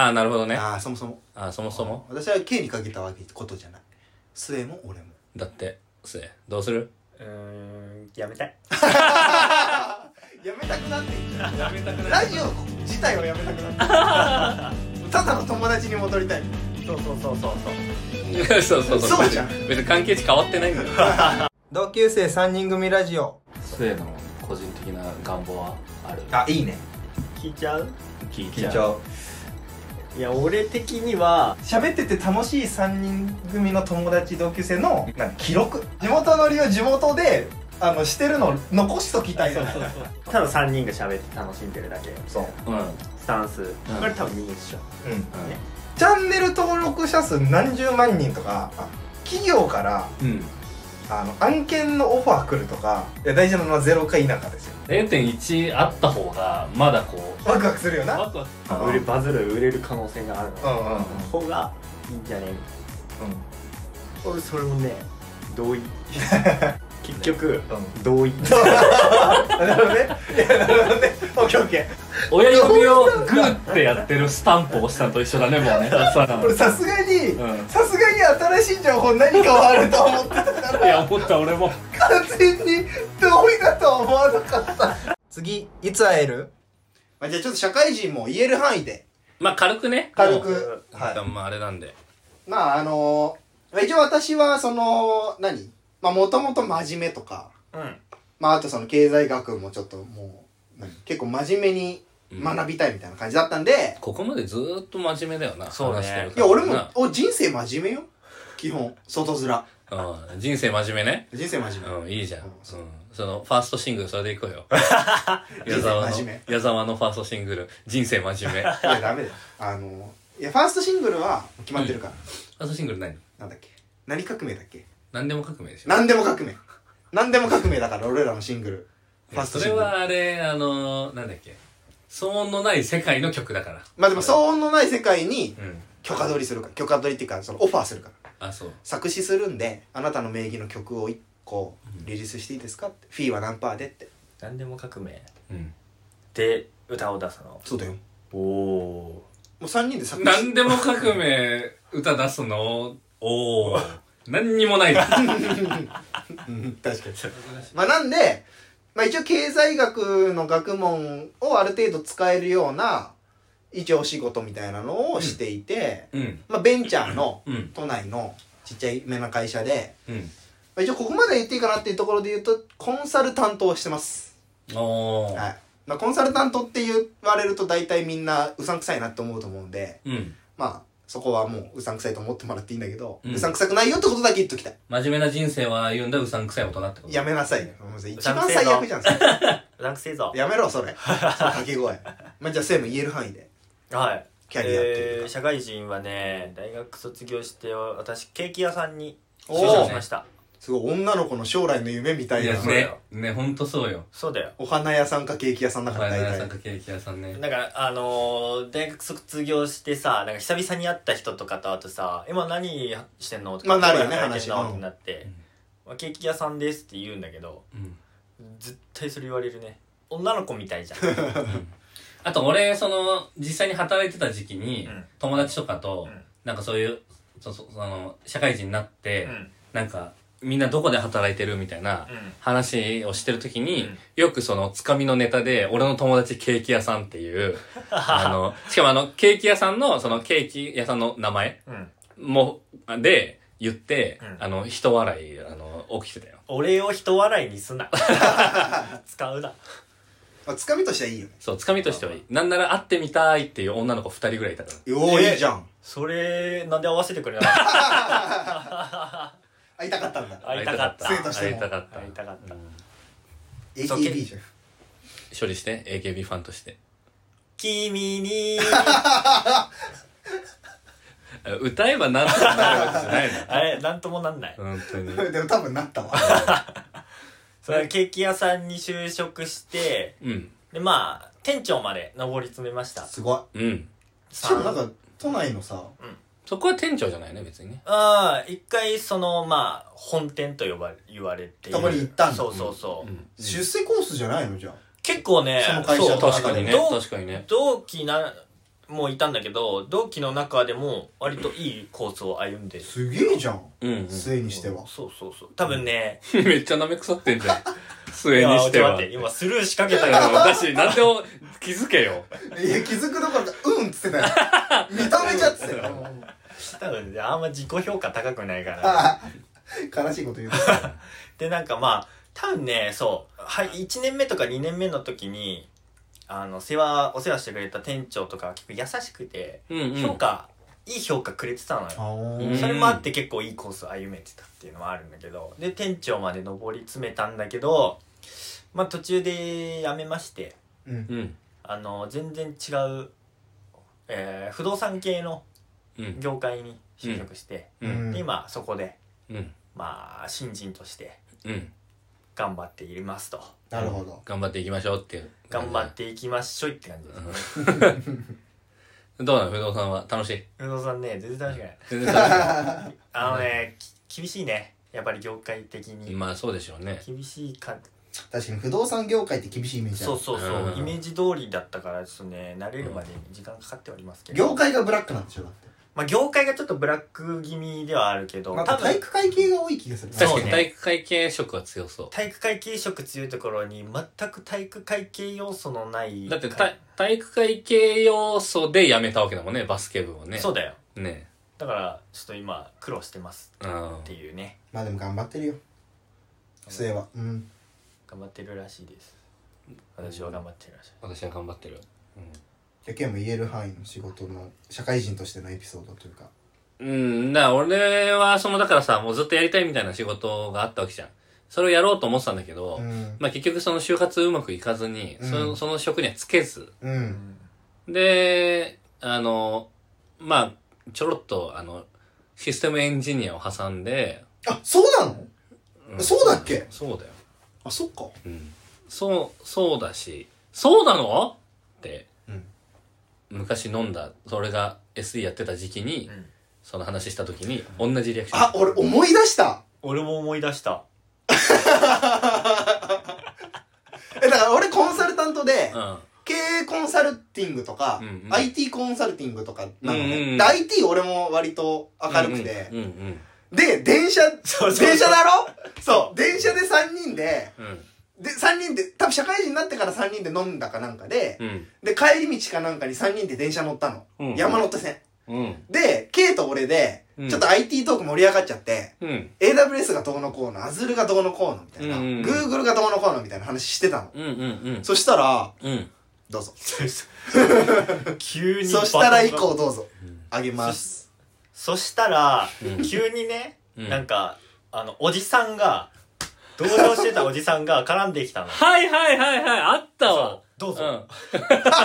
Speaker 1: なるほどね。
Speaker 2: そもそも。
Speaker 1: そもそも。
Speaker 2: 私は K にかけたことじゃない。末も俺も。
Speaker 1: だって、末、どうする？
Speaker 3: やめたい。
Speaker 2: やめたくなってんじゃん。やめたくなって。ラジオ自体はやめたくなって。ただの友達に戻りたい。
Speaker 3: そうそうそうそう
Speaker 1: そうそうそう。
Speaker 2: そうじゃん。
Speaker 1: 別に関係値変わってないんだよ。
Speaker 2: 同級生3人組ラジオ。
Speaker 1: スエの個人的な願望はある？
Speaker 2: あ、いいね。
Speaker 3: 聞いちゃう。
Speaker 1: 聞い
Speaker 2: 聞いちゃう。
Speaker 3: いや俺的には
Speaker 2: 喋ってて楽しい3人組の友達同級生の記録、地元乗りを地元でしてるのを残しときたいよね。
Speaker 3: ただ3人が喋って楽しんでるだけ。
Speaker 2: そう、
Speaker 3: スタンス、これ多分いいでしょ。
Speaker 2: チャンネル登録者数何十万人とか、企業から、案件のオファー来るとか、いや大事なのは0か否かですよ。
Speaker 1: 0.1 あった方がまだこう
Speaker 2: ワクワクするよな。
Speaker 1: ワクワ
Speaker 3: クバズる売れる可能性があるの方がいいんじゃねえ。俺それもね同意。結局同意。な
Speaker 2: るほどね。いやなるほどね。オッケーオッケー。
Speaker 1: 親指をグーってやってるスタンプを押したのと一緒だね、もうね。
Speaker 2: 俺さすがに新しい情報何かはあると思ってたから。
Speaker 1: いや思った俺も
Speaker 2: 完全に同意だとは思わなかった。次いつ会える？じゃあちょっと社会人も言える範囲で。
Speaker 1: まあ軽くね。
Speaker 2: 軽く。
Speaker 1: はい。まああれなんで。
Speaker 2: まあ一応私はもともと真面目とか、まああとその経済学もちょっともう結構真面目に学びたいみたいな感じだったんで、
Speaker 1: ここまでずーっと真面目だよな。
Speaker 3: そうね。
Speaker 2: いや俺も人生真面目よ基本。外面。
Speaker 1: 人生真面目ね。
Speaker 2: 人生真面目。
Speaker 1: いいじゃん。そのファーストシングルそれでいこうよ。矢沢のファーストシングル人生真面目。いや
Speaker 2: ダメだよ。いやファーストシングルは決まってるから。フ
Speaker 1: ァーストシングル何？
Speaker 2: なんだっけ？何革命だっけ？
Speaker 1: 何でも革命でしょ。
Speaker 2: 何でも革命。何でも革命だから俺らのシングル。
Speaker 1: ファーストシングル。それはあれなんだっけ？騒音のない世界の曲だから。
Speaker 2: まあでも騒音のない世界に許可取りするから。許可取りっていうかそのオファーするから。
Speaker 1: あ、そう。
Speaker 2: 作詞するんであなたの名義の曲を1個リリースしていいですかって。フィーは何パーでって。
Speaker 3: 何でも革命。で歌を出すの。
Speaker 2: そうだよ。
Speaker 3: おお。
Speaker 2: もう3人で作詞。
Speaker 1: 何でも革命歌出すの。おお。何にもない。確か
Speaker 2: に。まあなんで、まあ一応経済学の学問をある程度使えるような一応お仕事みたいなのをしていて、まあベンチャーの都内のちっちゃいめな会社で、まあ一応ここまで言っていいかなっていうところで言うとコンサルタントをしてます。はい。まあコンサルタントって言われると大体みんなうさんくさいなって思うと思うんで、まあそこはもううさんくさいと思ってもらっていいんだけど、うさんくさくないよってことだけ言っときたい。
Speaker 1: 真面目な人生は言うんだうさんくさい大人ってこと。
Speaker 2: やめなさいよ。一番最悪じゃん。う
Speaker 3: さんくせえぞ。
Speaker 2: やめろそれ。掛け声。まあじゃあせーの言える範囲で。
Speaker 3: はい。
Speaker 2: キャリアっていうか。
Speaker 3: 社会人はね、大学卒業して私ケーキ屋さんに就職しました。
Speaker 2: すごい女の子の将来の夢みたいな。
Speaker 1: ね、ほんとそうよ。
Speaker 3: そうだよ。
Speaker 2: お花屋さんかケーキ屋さんだから大体。お花屋さん
Speaker 1: かケーキ屋さんね。
Speaker 3: だから大学卒業してさ、なんか久々に会った人とかとあとさ、今何してんのとか、
Speaker 2: まあなるよね話
Speaker 3: ってなって、ケーキ屋さんですって言うんだけど、絶対それ言われるね。女の子みたいじゃん。
Speaker 1: あと俺実際に働いてた時期に友達とかとなんかそういう社会人になってなんかみんなどこで働いてるみたいな話をしてるときに、よくつかみのネタで、俺の友達ケーキ屋さんっていう、しかもケーキ屋さんの、ケーキ屋さんの名前で言って、人笑い、起きてたよ。
Speaker 3: 俺を人笑いにすな。使うな。
Speaker 2: つかみとしてはいいよね。
Speaker 1: そう、つかみとしてはいい。なんなら会ってみたいっていう女の子2人ぐらいいたから。
Speaker 2: いいじゃん。
Speaker 3: それ、なんで合わせてくれない？
Speaker 2: 会いたかったんだ。
Speaker 3: 会いたかった。
Speaker 2: 生としても。
Speaker 3: 会いたかった。
Speaker 2: AKB じゃん。
Speaker 1: 処理して、AKB ファンとして。
Speaker 3: 君に
Speaker 1: 歌えばなんともなるわけじゃないの。
Speaker 3: あれ、なんともなんない。
Speaker 1: 本当に。
Speaker 2: でも多分なったわ。
Speaker 3: それケーキ屋さんに就職して、で、まあ、店長まで上り詰めました。
Speaker 2: すごい。しかもなんか、都内のさ、
Speaker 1: そこは店長じゃないね、別にね。
Speaker 3: 一回まあ、本店と言われて。
Speaker 2: そこに行ったんだ。
Speaker 3: そう。
Speaker 2: 出世コースじゃないのじゃあ。
Speaker 3: 結構ね、
Speaker 2: その会社
Speaker 1: 確かにね。
Speaker 3: 同期もいたんだけど、同期の中でも割といいコースを歩んでる。
Speaker 2: すげえじゃん。末にしては。
Speaker 3: そう。多分ね。
Speaker 1: めっちゃ舐め腐ってんじゃん。末にしては。
Speaker 3: 待って、今スルー仕掛けた
Speaker 1: から。私、なんでも気づけよ。
Speaker 2: いや、気づくどころか、っつってたよ。認めちゃってたよ。
Speaker 3: 多分ねあんま自己評価高くないから
Speaker 2: 悲しいこと言う
Speaker 3: でなんかまあ多分ねそうはい1年目とか2年目の時にお世話してくれた店長とか結構優しくて、いい評価くれてたのよ。それもあって結構いいコースを歩めてたっていうのもあるんだけど、で店長まで上り詰めたんだけど、まあ途中で辞めまして、全然違う、不動産系の業界に就職して、で今そこで、まあ新人として頑張っていますと。
Speaker 2: なるほど。
Speaker 1: 頑張っていきましょうっていう。
Speaker 3: 頑張っていきましょうって感じですね。
Speaker 1: どうなの不動産は楽しい？
Speaker 3: 不動産ね、全然楽しくない。
Speaker 1: 全然楽し
Speaker 3: い。厳しいね。やっぱり業界的に。
Speaker 1: まあそうでしょうね。
Speaker 3: 厳しいか。
Speaker 2: 確かに不動産業界って厳しいイメージある。
Speaker 3: そう、イメージ通りだったからちょっとね、慣れるまでに時間かかっておりますけど。
Speaker 2: 業界がブラックなんでしょだって。
Speaker 3: まあ業界がちょっとブラック気味ではあるけど、
Speaker 2: なんか体育会系が多い気がする。
Speaker 1: 確かに体育会系色は強そう。
Speaker 3: 体育会系色強いところに全く体育会系要素のない。
Speaker 1: だって体育会系要素で辞めたわけだもんね、バスケ部をね。
Speaker 3: そうだよ。
Speaker 1: ね。
Speaker 3: だからちょっと今苦労してますっていうね。
Speaker 2: まあでも頑張ってるよ。末は。
Speaker 3: 頑張ってるらしいです。私は頑張ってるらしい。
Speaker 1: 私は頑張ってる。
Speaker 2: じゃあケンも言える範囲の仕事の社会人としてのエピソードというか。
Speaker 1: だから俺はだからさ、もうずっとやりたいみたいな仕事があったわけじゃん。それをやろうと思ってたんだけど、まあ結局その就活うまくいかずに、その職にはつけず、で、まあちょろっとシステムエンジニアを挟んで。
Speaker 2: あ、そうなの？そうだっけ？
Speaker 1: そうだよ。
Speaker 2: あ、そっか。
Speaker 1: そうだし、そうなの？って、昔飲んだ、それが SE やってた時期に、その話した時に、同じリアクション。
Speaker 2: あ、俺思い出した。
Speaker 3: 俺も思い出した。
Speaker 2: だから俺コンサルタントで、経営コンサルティングとか、IT コンサルティングとかなのね。IT 俺も割と明るくて、で、電車だろ？そう、電車で3人で、3人で、多分社会人になってから3人で飲んだかなんかで、で、帰り道かなんかに3人で電車乗ったの。山手線。で、K と俺で、ちょっと IT トーク盛り上がっちゃって、AWS がどうのこうの、Azure がどうのこうのみたいな、Google がどうのこうのみたいな話してたの。そしたら、どうぞ。
Speaker 3: 急に。
Speaker 2: そしたら以降どうぞ。あげます。
Speaker 3: そしたら、急にね、なんか、おじさんが、同僚してたおじさんが絡んできたの。
Speaker 1: はいあったわ。
Speaker 3: どうぞ。
Speaker 1: 回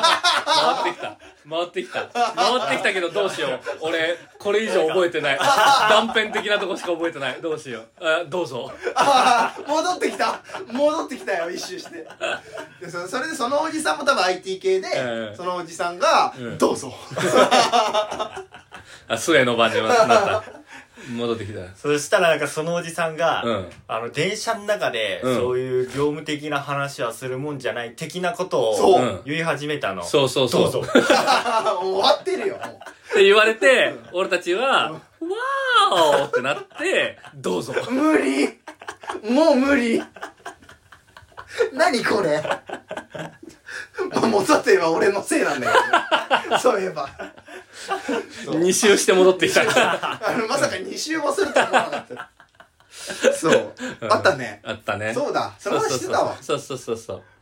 Speaker 1: ってきたけどどうしよう。俺、これ以上覚えてない。断片的なとこしか覚えてない。どうしよう。どうぞ。
Speaker 2: 戻ってきたよ、一周して。でそれでそのおじさんも多分 IT 系で、そのおじさんが、どうぞ。
Speaker 1: 末の番になった。戻ってきた。
Speaker 3: そしたらなんかそのおじさんが、電車の中で、そういう業務的な話はするもんじゃない的なことを言い始めたの。
Speaker 1: そう。どうぞ。
Speaker 2: 終わってるよ、もう。
Speaker 1: って言われて、俺たちは、わーおってなって、どうぞ。
Speaker 2: 無理もう無理何これまあ元といえば俺のせいなんだけど、そういえば。
Speaker 1: 2周して戻ってきた。
Speaker 2: まさか2周もするとは思わなかった。そう。あったね。
Speaker 1: あったね。
Speaker 2: そうだ。その話してたわ。
Speaker 1: そう。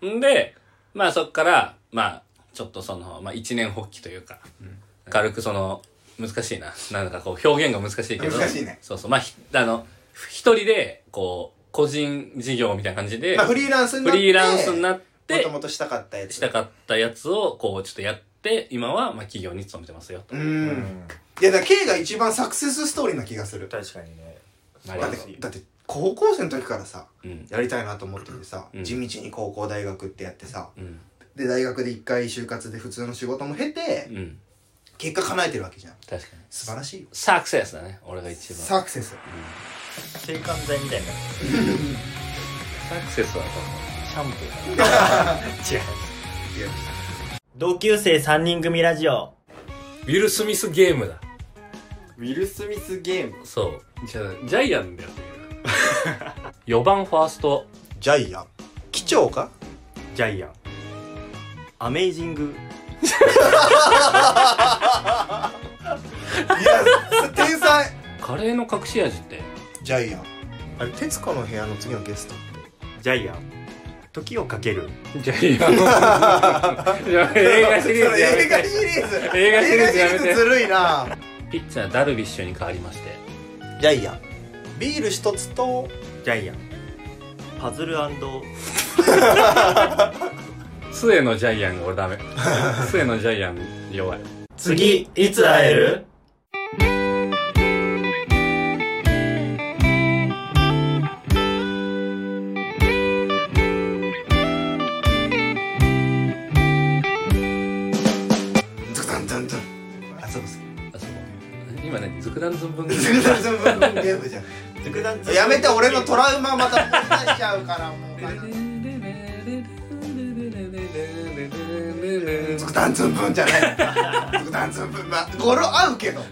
Speaker 1: んで、まあそっから、まあ、ちょっとまあ一年発起というか、軽く難しいな。なんかこう表現が難しいけど。
Speaker 2: 難しいね。
Speaker 1: そう。まあ、一人で、こう、個人事業みたいな感じで、
Speaker 2: まあフリーランスになって、もともとしたかったや
Speaker 1: つを、こう、ちょっとやって、今は、まあ企業に勤めてますよと。
Speaker 2: いや、だから K が一番サクセスストーリーな気がする。
Speaker 3: 確かにね。
Speaker 2: だって高校生の時からさ、やりたいなと思っててさ、地道に高校大学ってやってさ、で大学で一回就活で普通の仕事も経て、結果叶えてるわけじゃん。
Speaker 1: 確かに
Speaker 2: 素晴らしいよ。
Speaker 1: サクセスだね、俺が一番。
Speaker 2: サクセス。
Speaker 3: 制汗剤みたいな。サ
Speaker 1: クセスは
Speaker 3: シャンプー。違う。同級生3人組ラジオ。
Speaker 1: ウィル・スミスゲームだ。
Speaker 3: ウィル・スミスゲーム。
Speaker 1: そう。ジャイアンだよ。4番ファースト。
Speaker 2: ジャイアン。機長か？
Speaker 3: ジャイアン。アメイジング。
Speaker 2: いや、天
Speaker 1: カレーの隠し味って
Speaker 2: ジャイアン。あれ徹子の部屋の次のゲスト
Speaker 3: ジャイアン時をかける
Speaker 1: ジャイアン映画シリーズやめて。
Speaker 2: 映画シリーズ
Speaker 1: 映画シリーズやめて。
Speaker 2: ずるいな。
Speaker 1: ピッチャーダルビッシュに変わりまして、
Speaker 2: ジャイアンビール一つと
Speaker 3: ジャイアンパズル&
Speaker 1: 末のジャイアンが俺ダメ。末のジャイアン弱い。
Speaker 3: 次いつ会える？
Speaker 1: 今ね、ズクダンズンブン
Speaker 2: ズクダンズンブンゲームじゃん。ズクダンズンやめて、俺のトラウマまた思い出しちゃうからもう。ズクダンズンブンじゃない。ズクダンズンブンは語呂合うけど。ぜ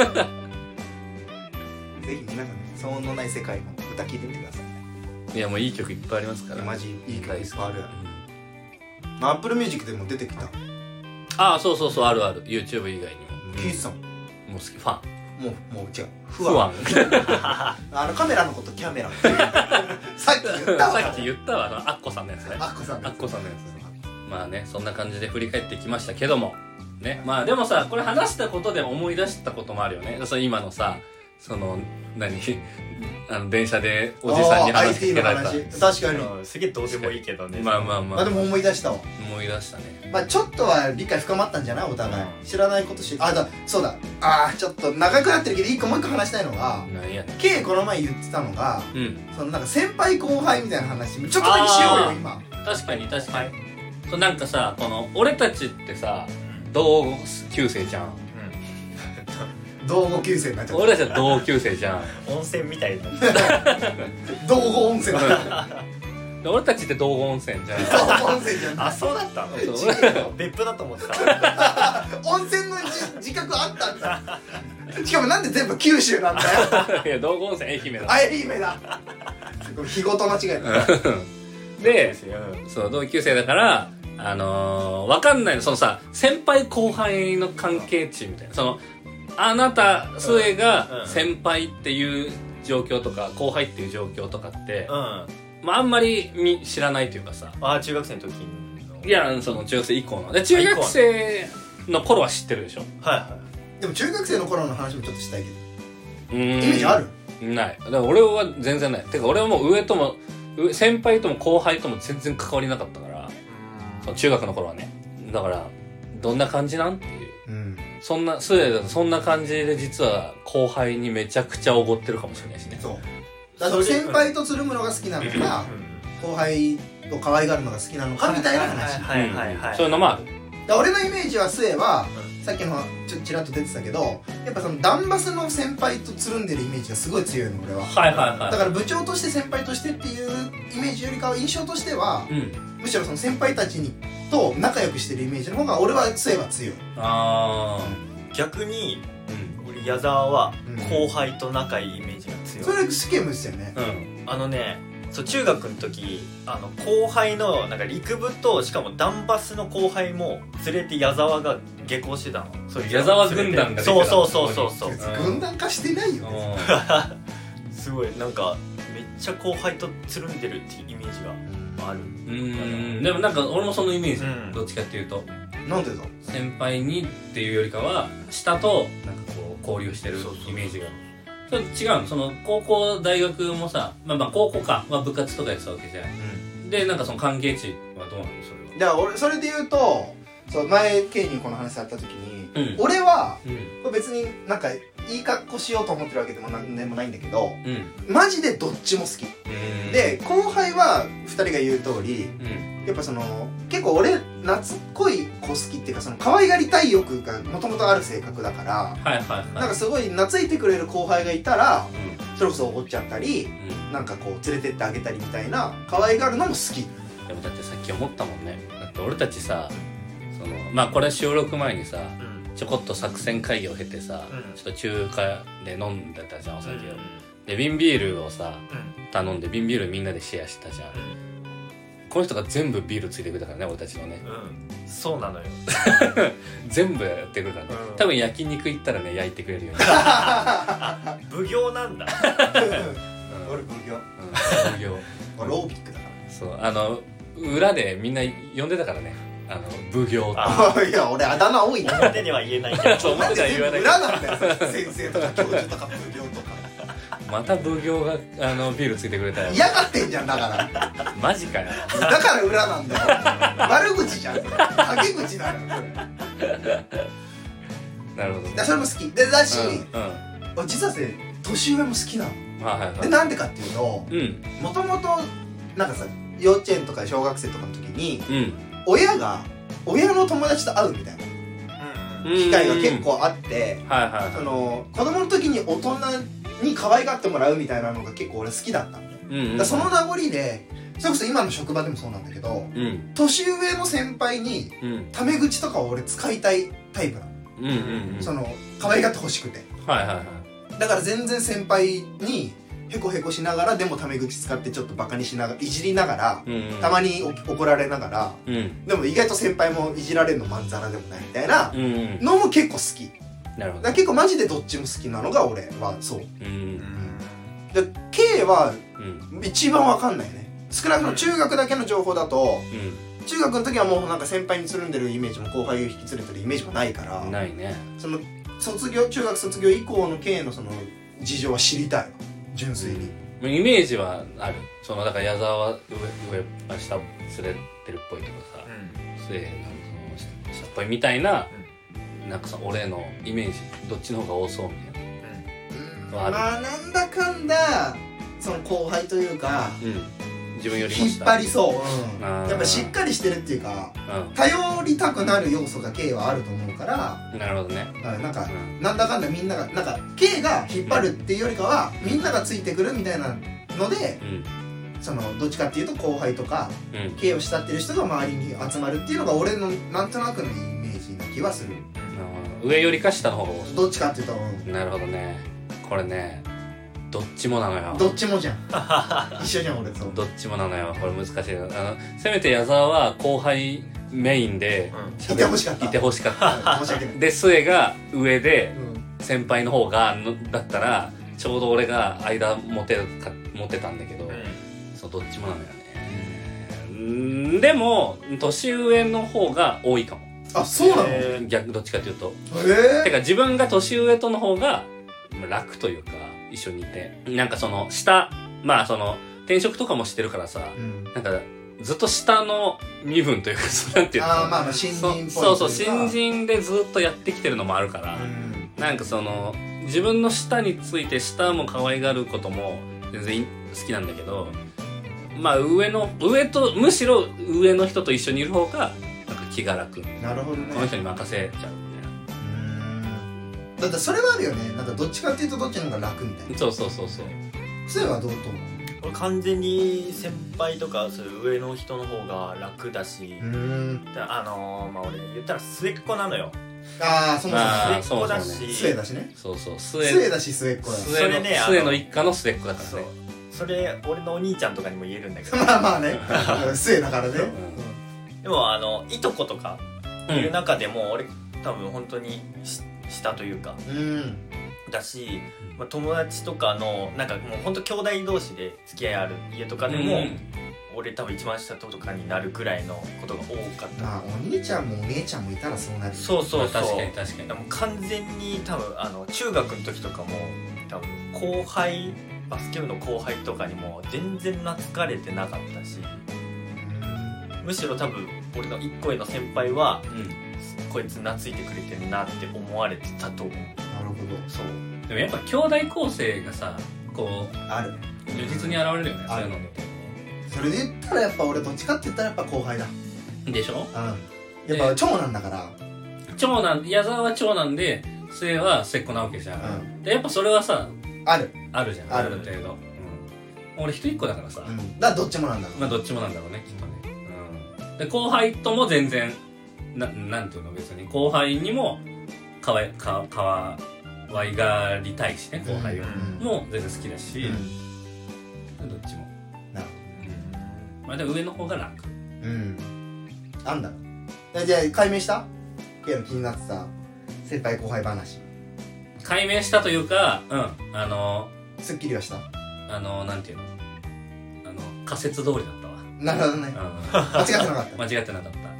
Speaker 2: ひ皆さん騒音のない世界の歌聴いてみてください。
Speaker 1: いやもういい曲いっぱいありますから。
Speaker 2: マジいい曲いっぱいあるやん。アップルミュージックでも出てきた。
Speaker 1: ああ、そうそうそう、あるある。 YouTube 以外にも
Speaker 2: キースさん
Speaker 1: もう好き、ファン。
Speaker 2: もう違う。
Speaker 1: ファン。
Speaker 2: カメラのことキャメラさっき言ったわ。
Speaker 1: さっき言ったわ。アッコさんのやつね。
Speaker 2: アッコさんのやつ。
Speaker 1: まあね、そんな感じで振り返ってきましたけどもね。まあでもさ、これ話したことで思い出したこともあるよね。その今のさ、その電車でおじさんに話しかけられた。
Speaker 2: 確かに
Speaker 3: すげえどうでもいいけどね。
Speaker 1: まあ
Speaker 2: でも思い出したわ。
Speaker 1: 思い出したね。
Speaker 2: まあちょっとは理解深まったんじゃないお互い。知らないことそうだ。ちょっと長くなってるけどもう一個話したいのが、K この前言ってたのが、そのなんか先輩後輩みたいな話ちょっとだけしようよ今。
Speaker 1: 確かに。そうなんかさ、この俺たちってさ、同級生じゃん。
Speaker 2: 同後級生になっちゃった。
Speaker 1: 俺たちは同級生じゃん。
Speaker 3: 温泉みたいな。
Speaker 2: 同後温泉
Speaker 1: 俺たちって道後温泉じゃん。
Speaker 2: 道後温泉じゃん。
Speaker 3: あ、そうだったの？別府だと思ってた。
Speaker 2: 温泉の自覚あったんだ。しかもなんで全部九州なんだよ。
Speaker 1: いや、道後温泉愛媛だ。
Speaker 2: 愛媛だ。日ごと間違えた。
Speaker 1: で、そう同級生だからわかんないの。そのさ、先輩後輩の関係値みたいな、そのあなた末が先輩っていう状況とか後輩っていう状況とかって、まああんまり知らないというかさ。
Speaker 3: 中学生の時に。
Speaker 1: いや、その中学生以降ので、中学生の頃は知ってるでしょ。
Speaker 2: でも中学生の頃の話もちょっとしたいけど、イメージある？
Speaker 1: ない。だから俺は全然ない。てか俺はもう上とも先輩とも後輩とも全然関わりなかったから、その中学の頃はね。だからどんな感じなんっていう、そんな末だとそんな感じで、実は後輩にめちゃくちゃおごってるかもしれないしね。
Speaker 2: そうだから先輩とつるむのが好きなのか、後輩と可愛がるのが好きなのかみたいな話。
Speaker 1: そういうのもある。
Speaker 2: 俺のイメージは末は、さっきのちらっと出てたけど、やっぱそのダンバスの先輩とつるんでるイメージがすごい強いの俺は。だから部長として先輩としてっていうイメージよりかは、印象としては、むしろその先輩たちと仲良くしてるイメージの方が俺は末は強い。
Speaker 3: 逆に俺矢沢は後輩と仲いいイメージが強い。
Speaker 2: それスケムですよね。
Speaker 3: そう中学の時後輩のなんか陸部と、しかもダンバスの後輩も連れて矢沢が下校してたの。
Speaker 1: 矢沢軍団が出てた。
Speaker 2: そう軍団化してないよ。
Speaker 3: すごいなんかめっちゃ後輩とつるんでるっていうイメージがある。
Speaker 1: でもなんか俺もそのイメージ、どっちかっていうと。
Speaker 2: なんでだ？
Speaker 1: 先輩にっていうよりかは下となんかこう交流してるイメージが。それ違うの。その高校大学もさ、まあ高校か、部活とかやってたわけじゃん。でなんかその関係値はどうなのそれは。
Speaker 2: だから俺それで言うと、そう前ケイにこの話された時に、俺はこれ別になんかいい格好しようと思ってるわけでもなんでもないんだけど、マジでどっちも好きで、後輩は2人が言う通り、やっぱその結構俺懐っこい子好きっていうか、その可愛がりたい欲がもともとある性格だから、なんかすごい懐いてくれる後輩がいたら、それこそおごっちゃったり、なんかこう連れてってあげたりみたいな可愛がるのも好き。
Speaker 1: でもだってさっき思ったもんね。だって俺たちさ、そのまあこれ収録前にさ、ちょこっと作戦会議を経てさ、ちょっと中華で飲んでたじゃん、お酒を。で瓶ビールをさ頼んで、瓶ビールみんなでシェアしたじゃん。 この人が全部ビールついてくれたからね、俺たちのね。
Speaker 3: そうなのよ。
Speaker 1: 全部やってくれたね。多分焼肉行ったらね、焼いてくれるよね。
Speaker 3: 奉行なんだ。
Speaker 2: 俺奉行。
Speaker 1: 奉行。
Speaker 2: 俺オービックだから。
Speaker 1: そう、裏でみんな呼んでたからね。奉行
Speaker 2: いや、俺あだ名多いな。
Speaker 3: 表では言えないけど。
Speaker 1: 表では言わないけど。
Speaker 2: 裏なんだよ。先生とか教授とか奉行とか。
Speaker 1: また奉行がビールついてくれたよ。
Speaker 2: 嫌がってんじゃん、だから
Speaker 1: マジかよ。
Speaker 2: だから裏なんだよ。悪口じゃん、陰口だよ。
Speaker 1: なるほどね。
Speaker 2: それも好きでだし、実はね、年上も好きなの。でなんでかっていうと、もともとなんかさ、幼稚園とか小学生とかの時に、親の友達と会うみたいな機会が結構あって、子供の時に大人に可愛がってもらうみたいなのが結構俺好きだったんだ。その名残で、それこそ今の職場でもそうなんだけど、年上の先輩にタメ口とかを俺使いたいタイプなの。その可愛がってほしくて、だから全然先輩にヘコヘコしながら、でもタメ口使ってちょっとバカにしながら、いじりながら、たまに怒られながら、でも意外と先輩もいじられるのまんざらでもないみたいなのも結構好き。なるほど。だから結構マジでどっちも好きなのが俺はそう。で K は一番わかんないね。少なくとも中学だけの情報だと、中学の時はもうなんか先輩につるんでるイメージも後輩を引き連れてるイメージもないから、
Speaker 1: ないね。
Speaker 2: その中学卒業以降の K のその事情は知りたい、純粋に。
Speaker 1: イメージはある。だから矢沢は上下連れてるっぽいとかさ、末なんかその下っぽいみたいな、なんかさ、俺のイメージどっちの方が多そうみたいな。
Speaker 2: まあなんだかんだその後輩というか、
Speaker 1: 自分よりも
Speaker 2: 引っ張りそう、やっぱしっかりしてるっていうか、頼りたくなる要素が K はあると思うから。
Speaker 1: なるほどね。
Speaker 2: なんか、なんだかんだみんながなんか K が引っ張るっていうよりかは、みんながついてくるみたいなので、そのどっちかっていうと後輩とか、K を慕ってる人が周りに集まるっていうのが俺のなんとなくのイメージな気はする。
Speaker 1: 上よりか下の方が多い。
Speaker 2: どっちかっていうと、
Speaker 1: なるほどね。これね、どっちもなのよ。
Speaker 2: どっちもじゃん。一緒じゃん俺と。
Speaker 1: どっちもなのよ。これ難しい。せめて矢沢は後輩メインで
Speaker 2: いてほしかった。
Speaker 1: いてほしかった。
Speaker 2: 申し訳ない。
Speaker 1: で末が上で、先輩の方がだったらちょうど俺が間持てたんだけど、そうどっちもなのよね。でも年上の方が多いかも。
Speaker 2: あ、そうなの？
Speaker 1: 逆どっちかというと。てか自分が年上との方が楽というか。一緒にいて、なんかその下、まあその転職とかもしてるからさ、なんかずっと下の身分というか、なんていうの、
Speaker 2: まあ新人っぽい。
Speaker 1: そう新人でずっとやってきてるのもあるから、なんかその自分の下について下も可愛がることも全然好きなんだけど、まあ上とむしろ上の人と一緒にいる方がなんか気が楽。
Speaker 2: なるほどね。
Speaker 1: この人に任せちゃう。
Speaker 2: だってそれはあるよね。なんかどっちかっていうとどっちの方が楽みたいな。
Speaker 1: そう。
Speaker 2: それはどうと思う？
Speaker 3: 俺完全に先輩とかそういう上の人の方が楽だし、まあ俺言ったら末っ子なのよ。
Speaker 2: そもそも
Speaker 3: 末っ子だし、
Speaker 2: 末だしね。
Speaker 1: そう
Speaker 2: 末だし末っ子だ。
Speaker 1: それね、末の一家の末っ子だからね。
Speaker 3: それ俺のお兄ちゃんとかにも言えるんだけど。
Speaker 2: まあね、末だからね。
Speaker 3: でもいとことかいう中でも俺多分本当に下というかだし、友達とかのなんかもう本当兄弟同士で付き合いある家とかでも、俺多分一番下とかになるくらいのことが多かった。
Speaker 2: まあお兄ちゃんもお姉ちゃんもいたらそうなる。
Speaker 3: そう確
Speaker 1: かに。
Speaker 3: もう完全に多分中学の時とかも多分後輩、バスケ部の後輩とかにも全然懐かれてなかったし、むしろ多分俺の1個上の先輩は、こいつ懐いてくれてるなって思われてたと思う。
Speaker 2: なるほど。
Speaker 1: そうでもやっぱ兄弟構成がさ、こう
Speaker 2: ある
Speaker 1: 如実に現れるよね。そういうのって。
Speaker 2: それで言ったらやっぱ俺どっちかって言ったらやっぱ後輩だ。
Speaker 1: でしょ？
Speaker 2: やっぱ長男だから。
Speaker 1: 矢沢は長男で末は末っ子なわけじゃん。でやっぱそれはさ、あるじゃん。ある程度。俺一人っ子だからさ。
Speaker 2: だからどっちもなんだろう。
Speaker 1: まあどっちもなんだろうね、きっとね。で後輩とも全然なんていうの、別に後輩にもかわいがりたいしね、後輩をもう全然好きだし、どっちも。
Speaker 2: なるほど。
Speaker 1: まあでも上の方が楽。
Speaker 2: なんだろう。じゃあ解明した？ケイの気になってた先輩後輩話。
Speaker 1: 解明したというか、
Speaker 2: すっきりはした？
Speaker 1: なんていうの、仮説通りだったわ。
Speaker 2: なるほどね。間違ってなかった。
Speaker 1: 間違ってなかった。